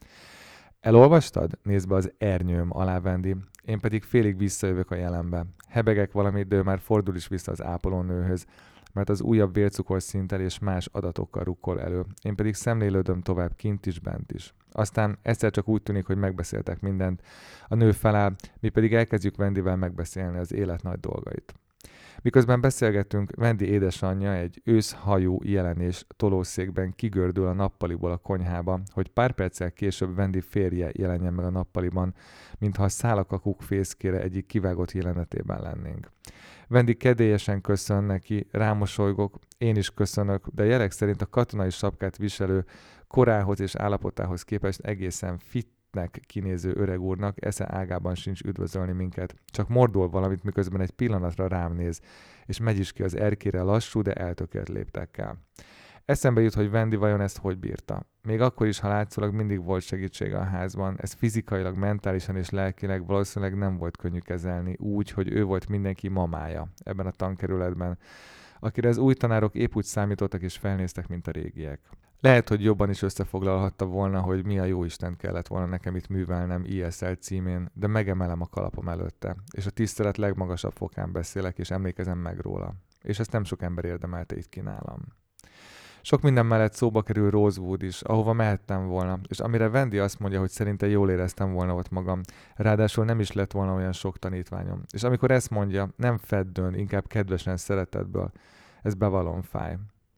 Elolvastad? Nézd be az ernyőm alá, Wendy. Én pedig félig visszajövök a jelenbe. Hebegek valamit, de ő már fordul is vissza az ápolónőhöz, mert az újabb vércukorszinttel és más adatokkal rukkol elő. Én pedig szemlélődöm tovább kint is, bent is. Aztán egyszer csak úgy tűnik, hogy megbeszéltek mindent. A nő feláll, mi pedig elkezdjük Wendyvel megbeszélni az élet nagy dolgait. Miközben beszélgetünk, Wendy édesanyja egy őszhajú jelenés tolószékben kigördül a nappaliból a konyhába, hogy pár perccel később Wendy férje jelenjen meg a nappaliban, mintha a szálakakuk fészkére egyik kivágott jelenetében lennénk. Wendy kedélyesen köszön neki, rámosolygok, én is köszönök, de jelek szerint a katonai sapkát viselő korához és állapotához képest egészen fit kinéző öreg úrnak esze ágában sincs üdvözölni minket, csak mordul valamit, miközben egy pillanatra rám néz, és megy is ki az erkére lassú, de eltökélt léptekkel. Eszembe jut, hogy Wendy vajon ezt hogy bírta. Még akkor is, ha látszólag mindig volt segítsége a házban, ez fizikailag, mentálisan és lelkileg valószínűleg nem volt könnyű kezelni, úgy, hogy ő volt mindenki mamája ebben a tankerületben, akire az új tanárok épp úgy számítottak és felnéztek, mint a régiek. Lehet, hogy jobban is összefoglalhatta volna, hogy mi a jóisten kellett volna nekem itt művelnem I S L címén, de megemelem a kalapom előtte, és a tisztelet legmagasabb fokán beszélek, és emlékezem meg róla. És ezt nem sok ember érdemelte itt ki nálam. Sok minden mellett szóba kerül Rosewood is, ahova mehettem volna, és amire Wendy azt mondja, hogy szerinte jól éreztem volna ott magam, ráadásul nem is lett volna olyan sok tanítványom. És amikor ezt mondja, nem feddőn, inkább kedvesen szeretetből, ez bevallom fáj.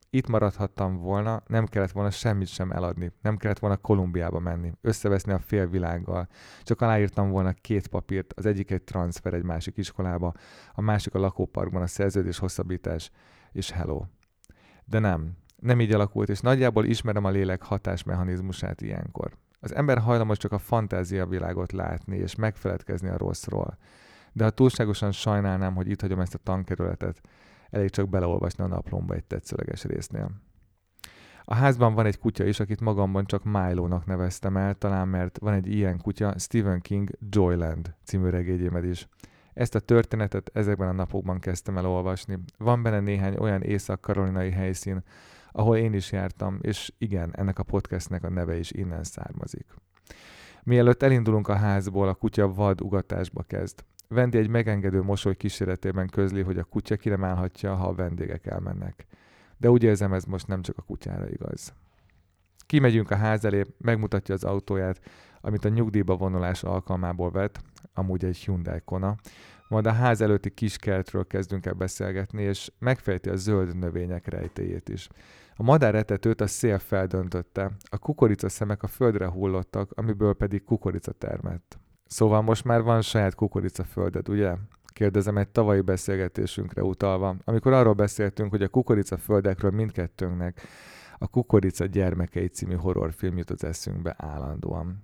Itt maradhattam volna, nem kellett volna semmit sem eladni, nem kellett volna Kolumbiába menni, összeveszni a fél világgal. Csak aláírtam volna két papírt, az egyik egy transfer egy másik iskolába, a másik a lakóparkban a szerződés hosszabbítás, és hello. De nem, nem így alakult, és nagyjából ismerem a lélek hatásmechanizmusát ilyenkor. Az ember hajlamos csak a fantázia világot látni, és megfeledkezni a rosszról. De ha túlságosan sajnálnám, hogy itt hagyom ezt a tankerületet, elég csak beleolvasni a naplomba egy tetszőleges résznél. A házban van egy kutya is, akit magamban csak Milo-nak neveztem el, talán mert van egy ilyen kutya, Stephen King Joyland című regényémed is. Ezt a történetet ezekben a napokban kezdtem el olvasni. Van benne néhány olyan észak-karolinai helyszín, ahol én is jártam, és igen, ennek a podcastnek a neve is innen származik. Mielőtt elindulunk a házból, a kutya vad ugatásba kezd. Wendy egy megengedő mosoly kíséretében közli, hogy a kutya ki nem állhatja, ha a vendégek elmennek. De úgy érzem, ez most nem csak a kutyára igaz. Kimegyünk a ház elé, megmutatja az autóját, amit a nyugdíjba vonulás alkalmából vett, amúgy egy Hyundai Kona, majd a ház előtti kiskertről kezdünk el beszélgetni, és megfejti a zöld növények rejtélyét is. A madáretetőt a szél feldöntötte, a kukoricaszemek a földre hullottak, amiből pedig kukorica termett. Szóval most már van saját kukoricafölded, ugye? Kérdezem egy tavalyi beszélgetésünkre utalva, amikor arról beszéltünk, hogy a kukoricaföldekről mindkettőnknek a Kukorica gyermekei című horrorfilm jut az eszünkbe állandóan.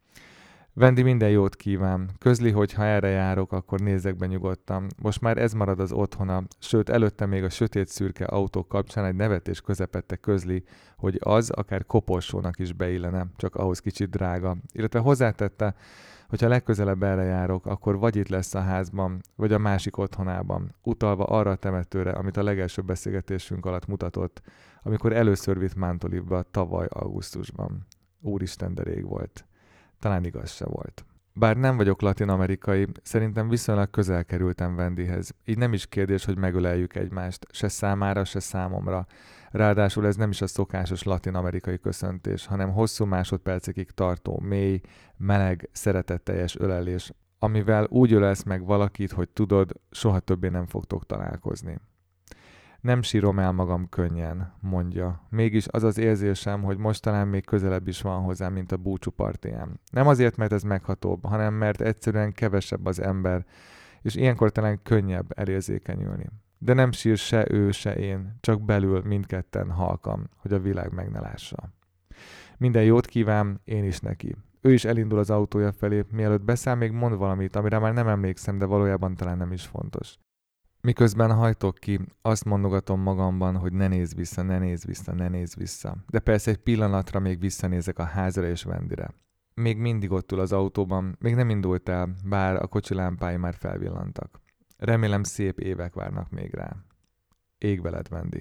Wendy minden jót kíván, közli, hogy ha erre járok, akkor nézzek be nyugodtan. Most már ez marad az otthona, sőt előtte még a sötét szürke autók kapcsán egy nevetés közepette közli, hogy az akár koporsónak is beillene, csak ahhoz kicsit drága. Illetve hozzátette, hogy ha legközelebb erre járok, akkor vagy itt lesz a házban, vagy a másik otthonában, utalva arra a temetőre, amit a legelső beszélgetésünk alatt mutatott, amikor először vitt Mántolivba tavaly augusztusban. Úristen, de rég volt. Talán igaz se volt. Bár nem vagyok latin-amerikai, szerintem viszonylag közel kerültem Wendyhez. Így nem is kérdés, hogy megöleljük egymást, se számára, se számomra. Ráadásul ez nem is a szokásos latin-amerikai köszöntés, hanem hosszú másodpercekig tartó, mély, meleg, szeretetteljes ölelés, amivel úgy ölelsz meg valakit, hogy tudod, soha többé nem fogtok találkozni. Nem sírom el magam könnyen, mondja. Mégis az az érzésem, hogy most talán még közelebb is van hozzám, mint a búcsú partiján. Nem azért, mert ez meghatóbb, hanem mert egyszerűen kevesebb az ember, és ilyenkor talán könnyebb elérzékenyülni. De nem sír se ő, se én, csak belül mindketten halkan, hogy a világ meg ne lássa. Minden jót kíván, én is neki. Ő is elindul az autója felé, mielőtt beszáll, még mond valamit, amire már nem emlékszem, de valójában talán nem is fontos. Miközben hajtok ki, azt mondogatom magamban, hogy ne nézz vissza, ne nézz vissza, ne nézz vissza. De persze egy pillanatra még visszanézek a házra és Wendyre. Még mindig ott ül az autóban, még nem indult el, bár a kocsi lámpái már felvillantak. Remélem szép évek várnak még rá. Ég veled, Wendy.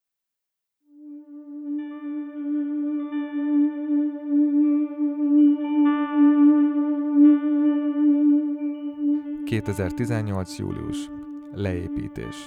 kétezer-tizennyolc. július. Leépítés.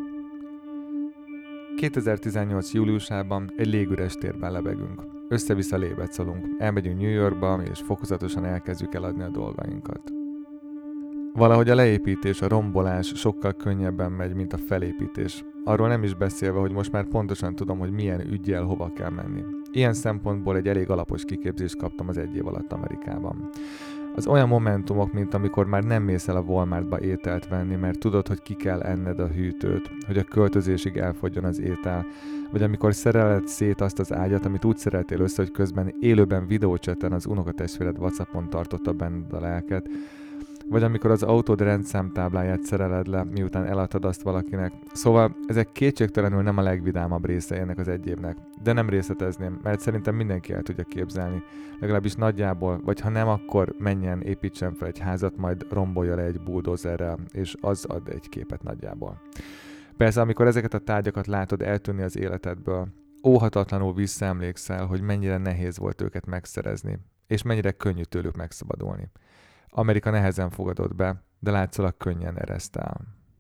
kétezer-tizennyolc. júliusában egy légüres térben lebegünk. Össze-vissza lébecolunk, elmegyünk New Yorkba, és fokozatosan elkezdjük eladni a dolgainkat. Valahogy a leépítés, a rombolás sokkal könnyebben megy, mint a felépítés. Arról nem is beszélve, hogy most már pontosan tudom, hogy milyen üggyel hova kell menni. Ilyen szempontból egy elég alapos kiképzést kaptam az egy év alatt Amerikában. Az olyan momentumok, mint amikor már nem mész el a Walmartba ételt venni, mert tudod, hogy ki kell enned a hűtőt, hogy a költözésig elfogyjon az étel, vagy amikor szereled szét azt az ágyat, amit úgy szereltél össze, hogy közben élőben videócsaten az unokatestvéred WhatsAppon tartotta benned a lelket, vagy amikor az autód rendszámtábláját szereled le, miután eladtad azt valakinek. Szóval ezek kétségtelenül nem a legvidámabb része ennek az egy évnek, de nem részletezném, mert szerintem mindenki el tudja képzelni, legalábbis nagyjából, vagy ha nem, akkor menjen, építsen fel egy házat, majd rombolja le egy bulldozerrel, és az ad egy képet nagyjából. Persze, amikor ezeket a tárgyakat látod eltűnni az életedből, óhatatlanul visszaemlékszel, hogy mennyire nehéz volt őket megszerezni, és mennyire könnyű tőlük megszabadulni. Amerika nehezen fogadott be, de látszólag könnyen eresztál.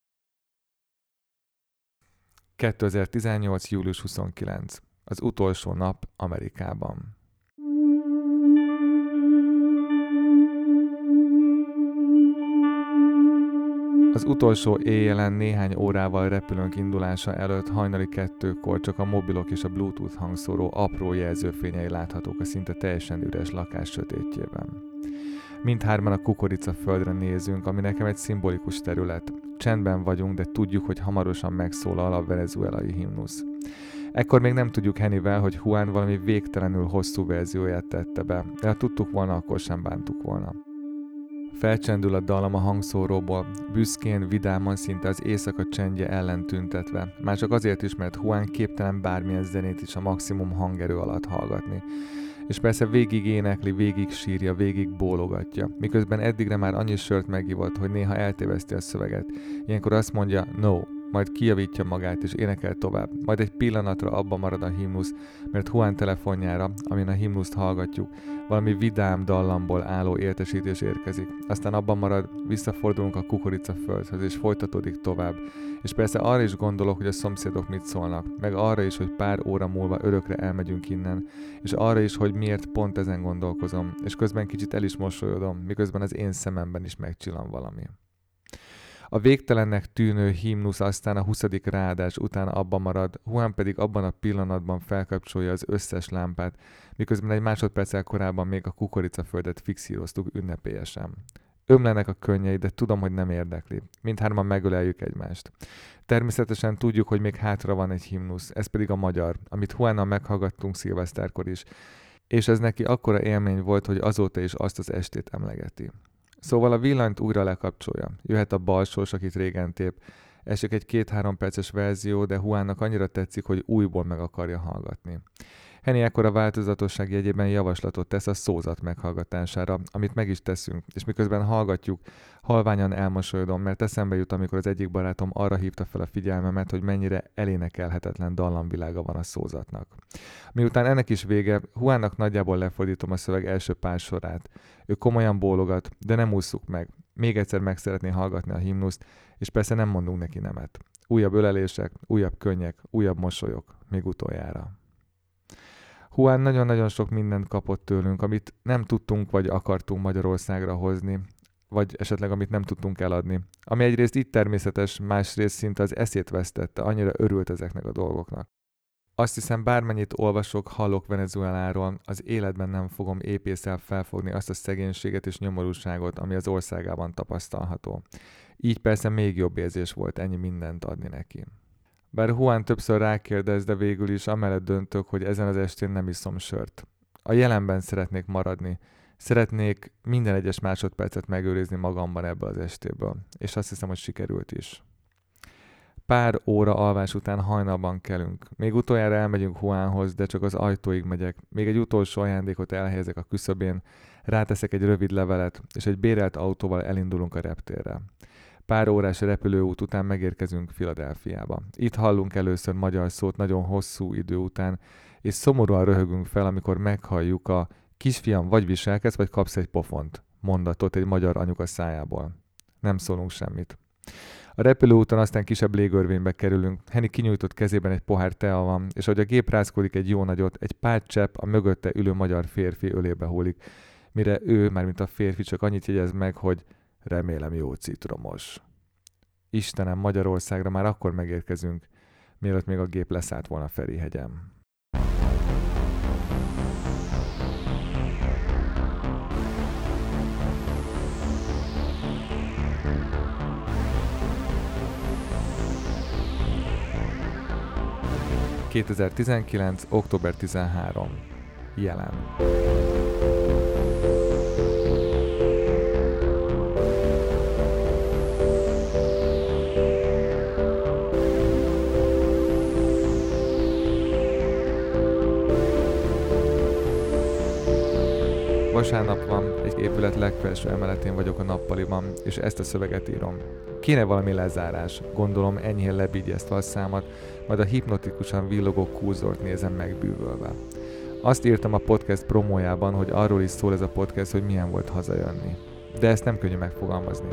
kétezer-tizennyolc. július huszonkilencedike. Az utolsó nap Amerikában. Az utolsó éjjelen néhány órával repülőnk indulása előtt hajnali kettőkor csak a mobilok és a Bluetooth hangszóró apró jelzőfényei láthatók a szinte teljesen üres lakás sötétjében. Mindhárman a kukoricaföldre nézünk, ami nekem egy szimbolikus terület. Csendben vagyunk, de tudjuk, hogy hamarosan megszólal a venezuelai himnusz. Ekkor még nem tudjuk Hennyvel, hogy Juan valami végtelenül hosszú verzióját tette be, de ha tudtuk volna, akkor sem bántuk volna. Felcsendül a dallam a hangszóróból, büszkén, vidáman, szinte az éjszaka csendje ellen tüntetve, már csak azért is, mert Juan képtelen bármilyen zenét is a maximum hangerő alatt hallgatni. És persze végig énekli, végig sírja, végig bólogatja, miközben eddigre már annyi sört megivott, hogy néha eltéveszti a szöveget. Ilyenkor azt mondja no, majd kijavítja magát és énekel tovább, majd egy pillanatra abba marad a himnusz, mert Juan telefonjára, amin a himnuszt hallgatjuk, valami vidám dallamból álló értesítés érkezik. Aztán abban marad, visszafordulunk a kukoricaföldhöz és folytatódik tovább. És persze arra is gondolok, hogy a szomszédok mit szólnak, meg arra is, hogy pár óra múlva örökre elmegyünk innen, és arra is, hogy miért pont ezen gondolkozom, és közben kicsit el is mosolyodom, miközben az én szememben is megcsillan valami. A végtelennek tűnő himnusz aztán a huszadik ráadás után abba marad, Juan pedig abban a pillanatban felkapcsolja az összes lámpát, miközben egy másodperccel korábban még a kukoricaföldet fixíroztuk ünnepélyesen. Ömlenek a könnyei, de tudom, hogy nem érdekli. Mindhárman megöleljük egymást. Természetesen tudjuk, hogy még hátra van egy himnusz, ez pedig a magyar, amit Juannal meghallgattunk szilveszterkor is, és ez neki akkora élmény volt, hogy azóta is azt az estét emlegeti. Szóval a villanyt újra lekapcsolja. Jöhet a balsós, akit régen tép. Esik egy két-három perces verzió, de Juannak annyira tetszik, hogy újból meg akarja hallgatni. Henny ekkor a változatosság jegyében javaslatot tesz a szózat meghallgatására, amit meg is teszünk, és miközben hallgatjuk, halványan elmosolyodom, mert eszembe jut, amikor az egyik barátom arra hívta fel a figyelmemet, hogy mennyire elénekelhetetlen dallamvilága van a szózatnak. Miután ennek is vége, Juannak nagyjából lefordítom a szöveg első pár sorát. Ő komolyan bólogat, de nem ússzuk meg. Még egyszer meg szeretné hallgatni a himnuszt, és persze nem mondunk neki nemet. Újabb ölelések, újabb könnyek, újabb mosolyok, még utoljára. Juan nagyon-nagyon sok mindent kapott tőlünk, amit nem tudtunk vagy akartunk Magyarországra hozni, vagy esetleg amit nem tudtunk eladni. Ami egyrészt itt természetes, másrészt szinte az eszét vesztette, annyira örült ezeknek a dolgoknak. Azt hiszem, bármennyit olvasok, hallok Venezueláról, az életben nem fogom épészel felfogni azt a szegénységet és nyomorúságot, ami az országában tapasztalható. Így persze még jobb érzés volt ennyi mindent adni neki. Bár Juan többször rákérdez, de végül is amellett döntök, hogy ezen az estén nem iszom sört. A jelenben szeretnék maradni. Szeretnék minden egyes másodpercet megőrizni magamban ebből az estéből. És azt hiszem, hogy sikerült is. Pár óra alvás után hajnalban kelünk. Még utoljára elmegyünk Juanhoz, de csak az ajtóig megyek. Még egy utolsó ajándékot elhelyezek a küszöbén, ráteszek egy rövid levelet, és egy bérelt autóval elindulunk a reptérre. Pár órás repülőút után megérkezünk Philadelphiába. Itt hallunk először magyar szót nagyon hosszú idő után, és szomorúan röhögünk fel, amikor meghalljuk a kisfiam, vagy viselkedsz, vagy kapsz egy pofont mondatot egy magyar anyuka szájából. Nem szólunk semmit. A repülőúton aztán kisebb légörvénybe kerülünk, Henny kinyújtott kezében egy pohár tea van, és ahogy a gép rázkodik egy jó nagyot, egy pár csepp a mögötte ülő magyar férfi ölébe hullik, mire ő, mármint a férfi csak annyit jegyez meg, hogy remélem jó citromos. Istenem, Magyarországra már akkor megérkezünk, mielőtt még a gép leszállt volna Ferihegyen. kétezer-tizenkilenc. október tizenharmadika. Jelen. Vasárnap van, egy épület legfelső emeletén vagyok a nappaliban, és ezt a szöveget írom. Kéne valami lezárás, gondolom enyhén lebigyeztve a számat, majd a hipnotikusan villogó kurzort nézem megbűvölve. Azt írtam a podcast promójában, hogy arról is szól ez a podcast, hogy milyen volt hazajönni. De ezt nem könnyű megfogalmazni.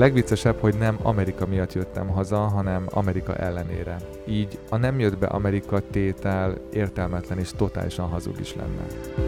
legviccesebb, hogy nem Amerika miatt jöttem haza, hanem Amerika ellenére. Így a nem jött be Amerika tétel értelmetlen és totálisan hazug is lenne.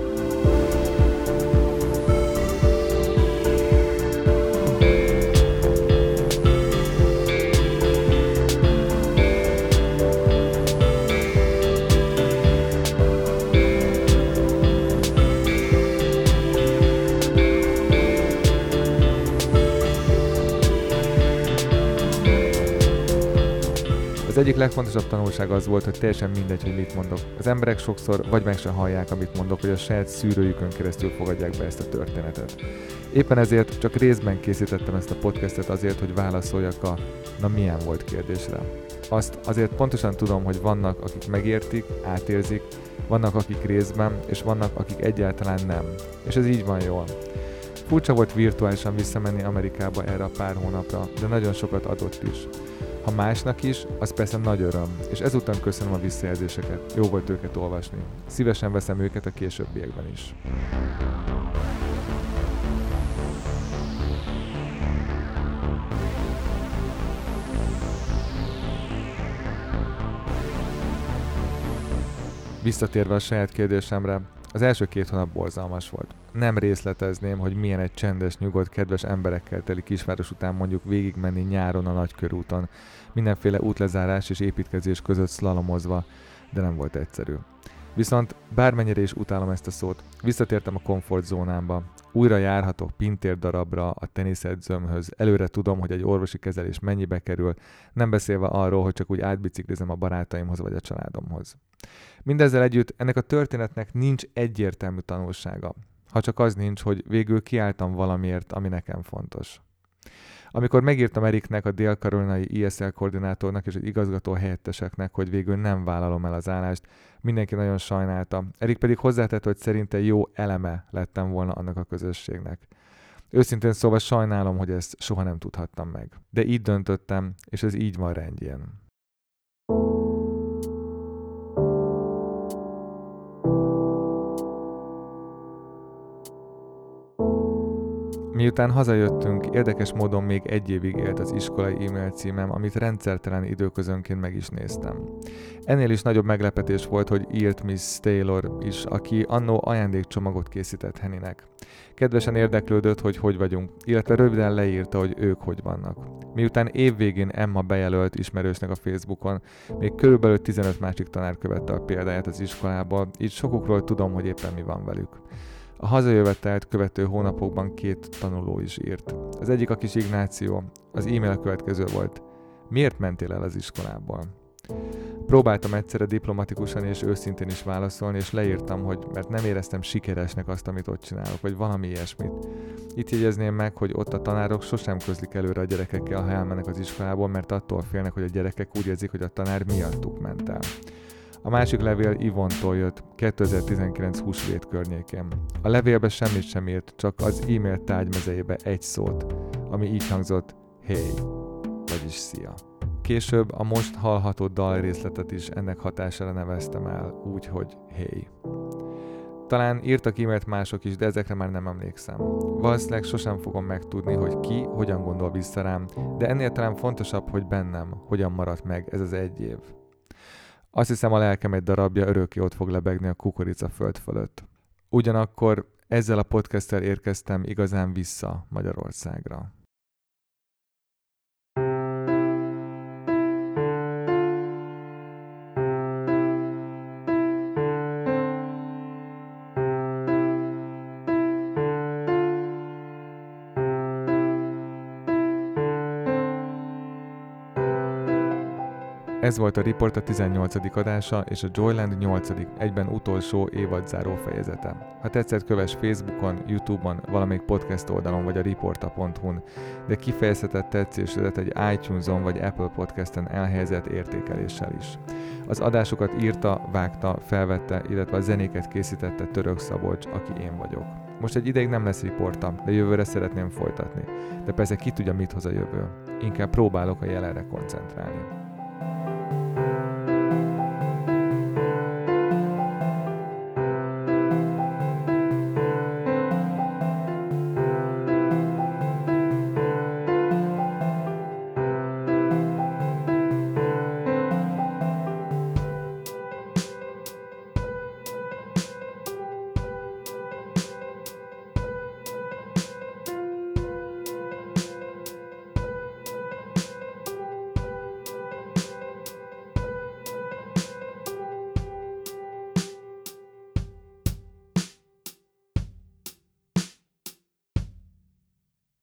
Az egyik legfontosabb tanulság az volt, hogy teljesen mindegy, hogy mit mondok. Az emberek sokszor vagy meg sem hallják, amit mondok, hogy a saját szűrőjükön keresztül fogadják be ezt a történetet. Éppen ezért csak részben készítettem ezt a podcastet azért, hogy válaszoljak a na milyen volt kérdésre. Azt azért pontosan tudom, hogy vannak, akik megértik, átérzik, vannak, akik részben, és vannak, akik egyáltalán nem. És ez így van jól. Furcsa volt virtuálisan visszamenni Amerikába erre a pár hónapra, de nagyon sokat adott is. Ha másnak is, az persze nagy öröm, és ezután köszönöm a visszajelzéseket. Jó volt őket olvasni. Szívesen veszem őket a későbbiekben is. Visszatérve a saját kérdésemre, az első két hónap borzalmas volt. Nem részletezném, hogy milyen egy csendes, nyugodt, kedves emberekkel teli kisváros után mondjuk végigmenni nyáron a nagykörúton, mindenféle útlezárás és építkezés között szlalomozva, de nem volt egyszerű. Viszont bármennyire is utálom ezt a szót, visszatértem a komfortzónámba. Újra járhatok pintér darabra, a teniszedzőmhöz, előre tudom, hogy egy orvosi kezelés mennyibe kerül, nem beszélve arról, hogy csak úgy átbiciklizem a barátaimhoz vagy a családomhoz. Mindezzel együtt ennek a történetnek nincs egyértelmű tanulsága, ha csak az nincs, hogy végül kiálltam valamiért, ami nekem fontos. Amikor megírtam Eriknek, a dél-karolinai I S L koordinátornak és az igazgató helyetteseknek, hogy végül nem vállalom el az állást, mindenki nagyon sajnálta. Erik pedig hozzátett, hogy szerinte jó eleme lettem volna annak a közösségnek. Őszintén szóval sajnálom, hogy ezt soha nem tudhattam meg. De így döntöttem, és ez így van rendjén. Miután hazajöttünk, érdekes módon még egy évig élt az iskolai e-mail címem, amit rendszertelen időközönként meg is néztem. Ennél is nagyobb meglepetés volt, hogy írt miss Taylor is, aki annó ajándékcsomagot készített Hennynek. Kedvesen érdeklődött, hogy hogy vagyunk, illetve röviden leírta, hogy ők hogy vannak. Miután évvégén Emma bejelölt ismerősnek a Facebookon, még körülbelül tizenöt másik tanár követte a példáját az iskolába, így sokukról tudom, hogy éppen mi van velük. A hazajövetelt követő hónapokban két tanuló is írt. Az egyik a kis Ignáció, az e-mail következő volt. Miért mentél el az iskolából? Próbáltam egyszerre diplomatikusan és őszintén is válaszolni, és leírtam, hogy mert nem éreztem sikeresnek azt, amit ott csinálok, vagy valami ilyesmit. Itt jegyezném meg, hogy ott a tanárok sosem közlik előre a gyerekekkel, ha elmennek az iskolából, mert attól félnek, hogy a gyerekek úgy érzik, hogy a tanár miattuk ment el. A másik levél Ivontól jött kétezer-tizenkilenc húsvét környékén. A levélbe semmit sem írt, csak az e-mail tárgymezejébe egy szót, ami így hangzott, hey, vagyis szia. Később a most hallható dalrészletet is ennek hatására neveztem el, úgyhogy hey. Talán írtak e-mailt mások is, de ezekre már nem emlékszem. Valószínűleg sosem fogom megtudni, hogy ki, hogyan gondol vissza rám, de ennél talán fontosabb, hogy bennem, hogyan maradt meg ez az egy év. Azt hiszem, a lelkem egy darabja örökké ott fog lebegni a kukorica föld fölött. Ugyanakkor ezzel a podcasttel érkeztem igazán vissza Magyarországra. Ez volt a Report a tizennyolcadik adása és a Joyland nyolcadik, egyben utolsó évadzáró fejezete. Ha tetszett, kövess Facebookon, YouTube-on, valamelyik podcast oldalon vagy a reporta pont hu-n, de kifejezhetett tetszésedet egy iTunes-on vagy Apple Podcasten elhelyezett értékeléssel is. Az adásokat írta, vágta, felvette, illetve a zenéket készítette Török Szabolcs, aki én vagyok. Most egy ideig nem lesz riporta, de jövőre szeretném folytatni. De persze ki tudja, mit hoz a jövő. Inkább próbálok a jelenre koncentrálni.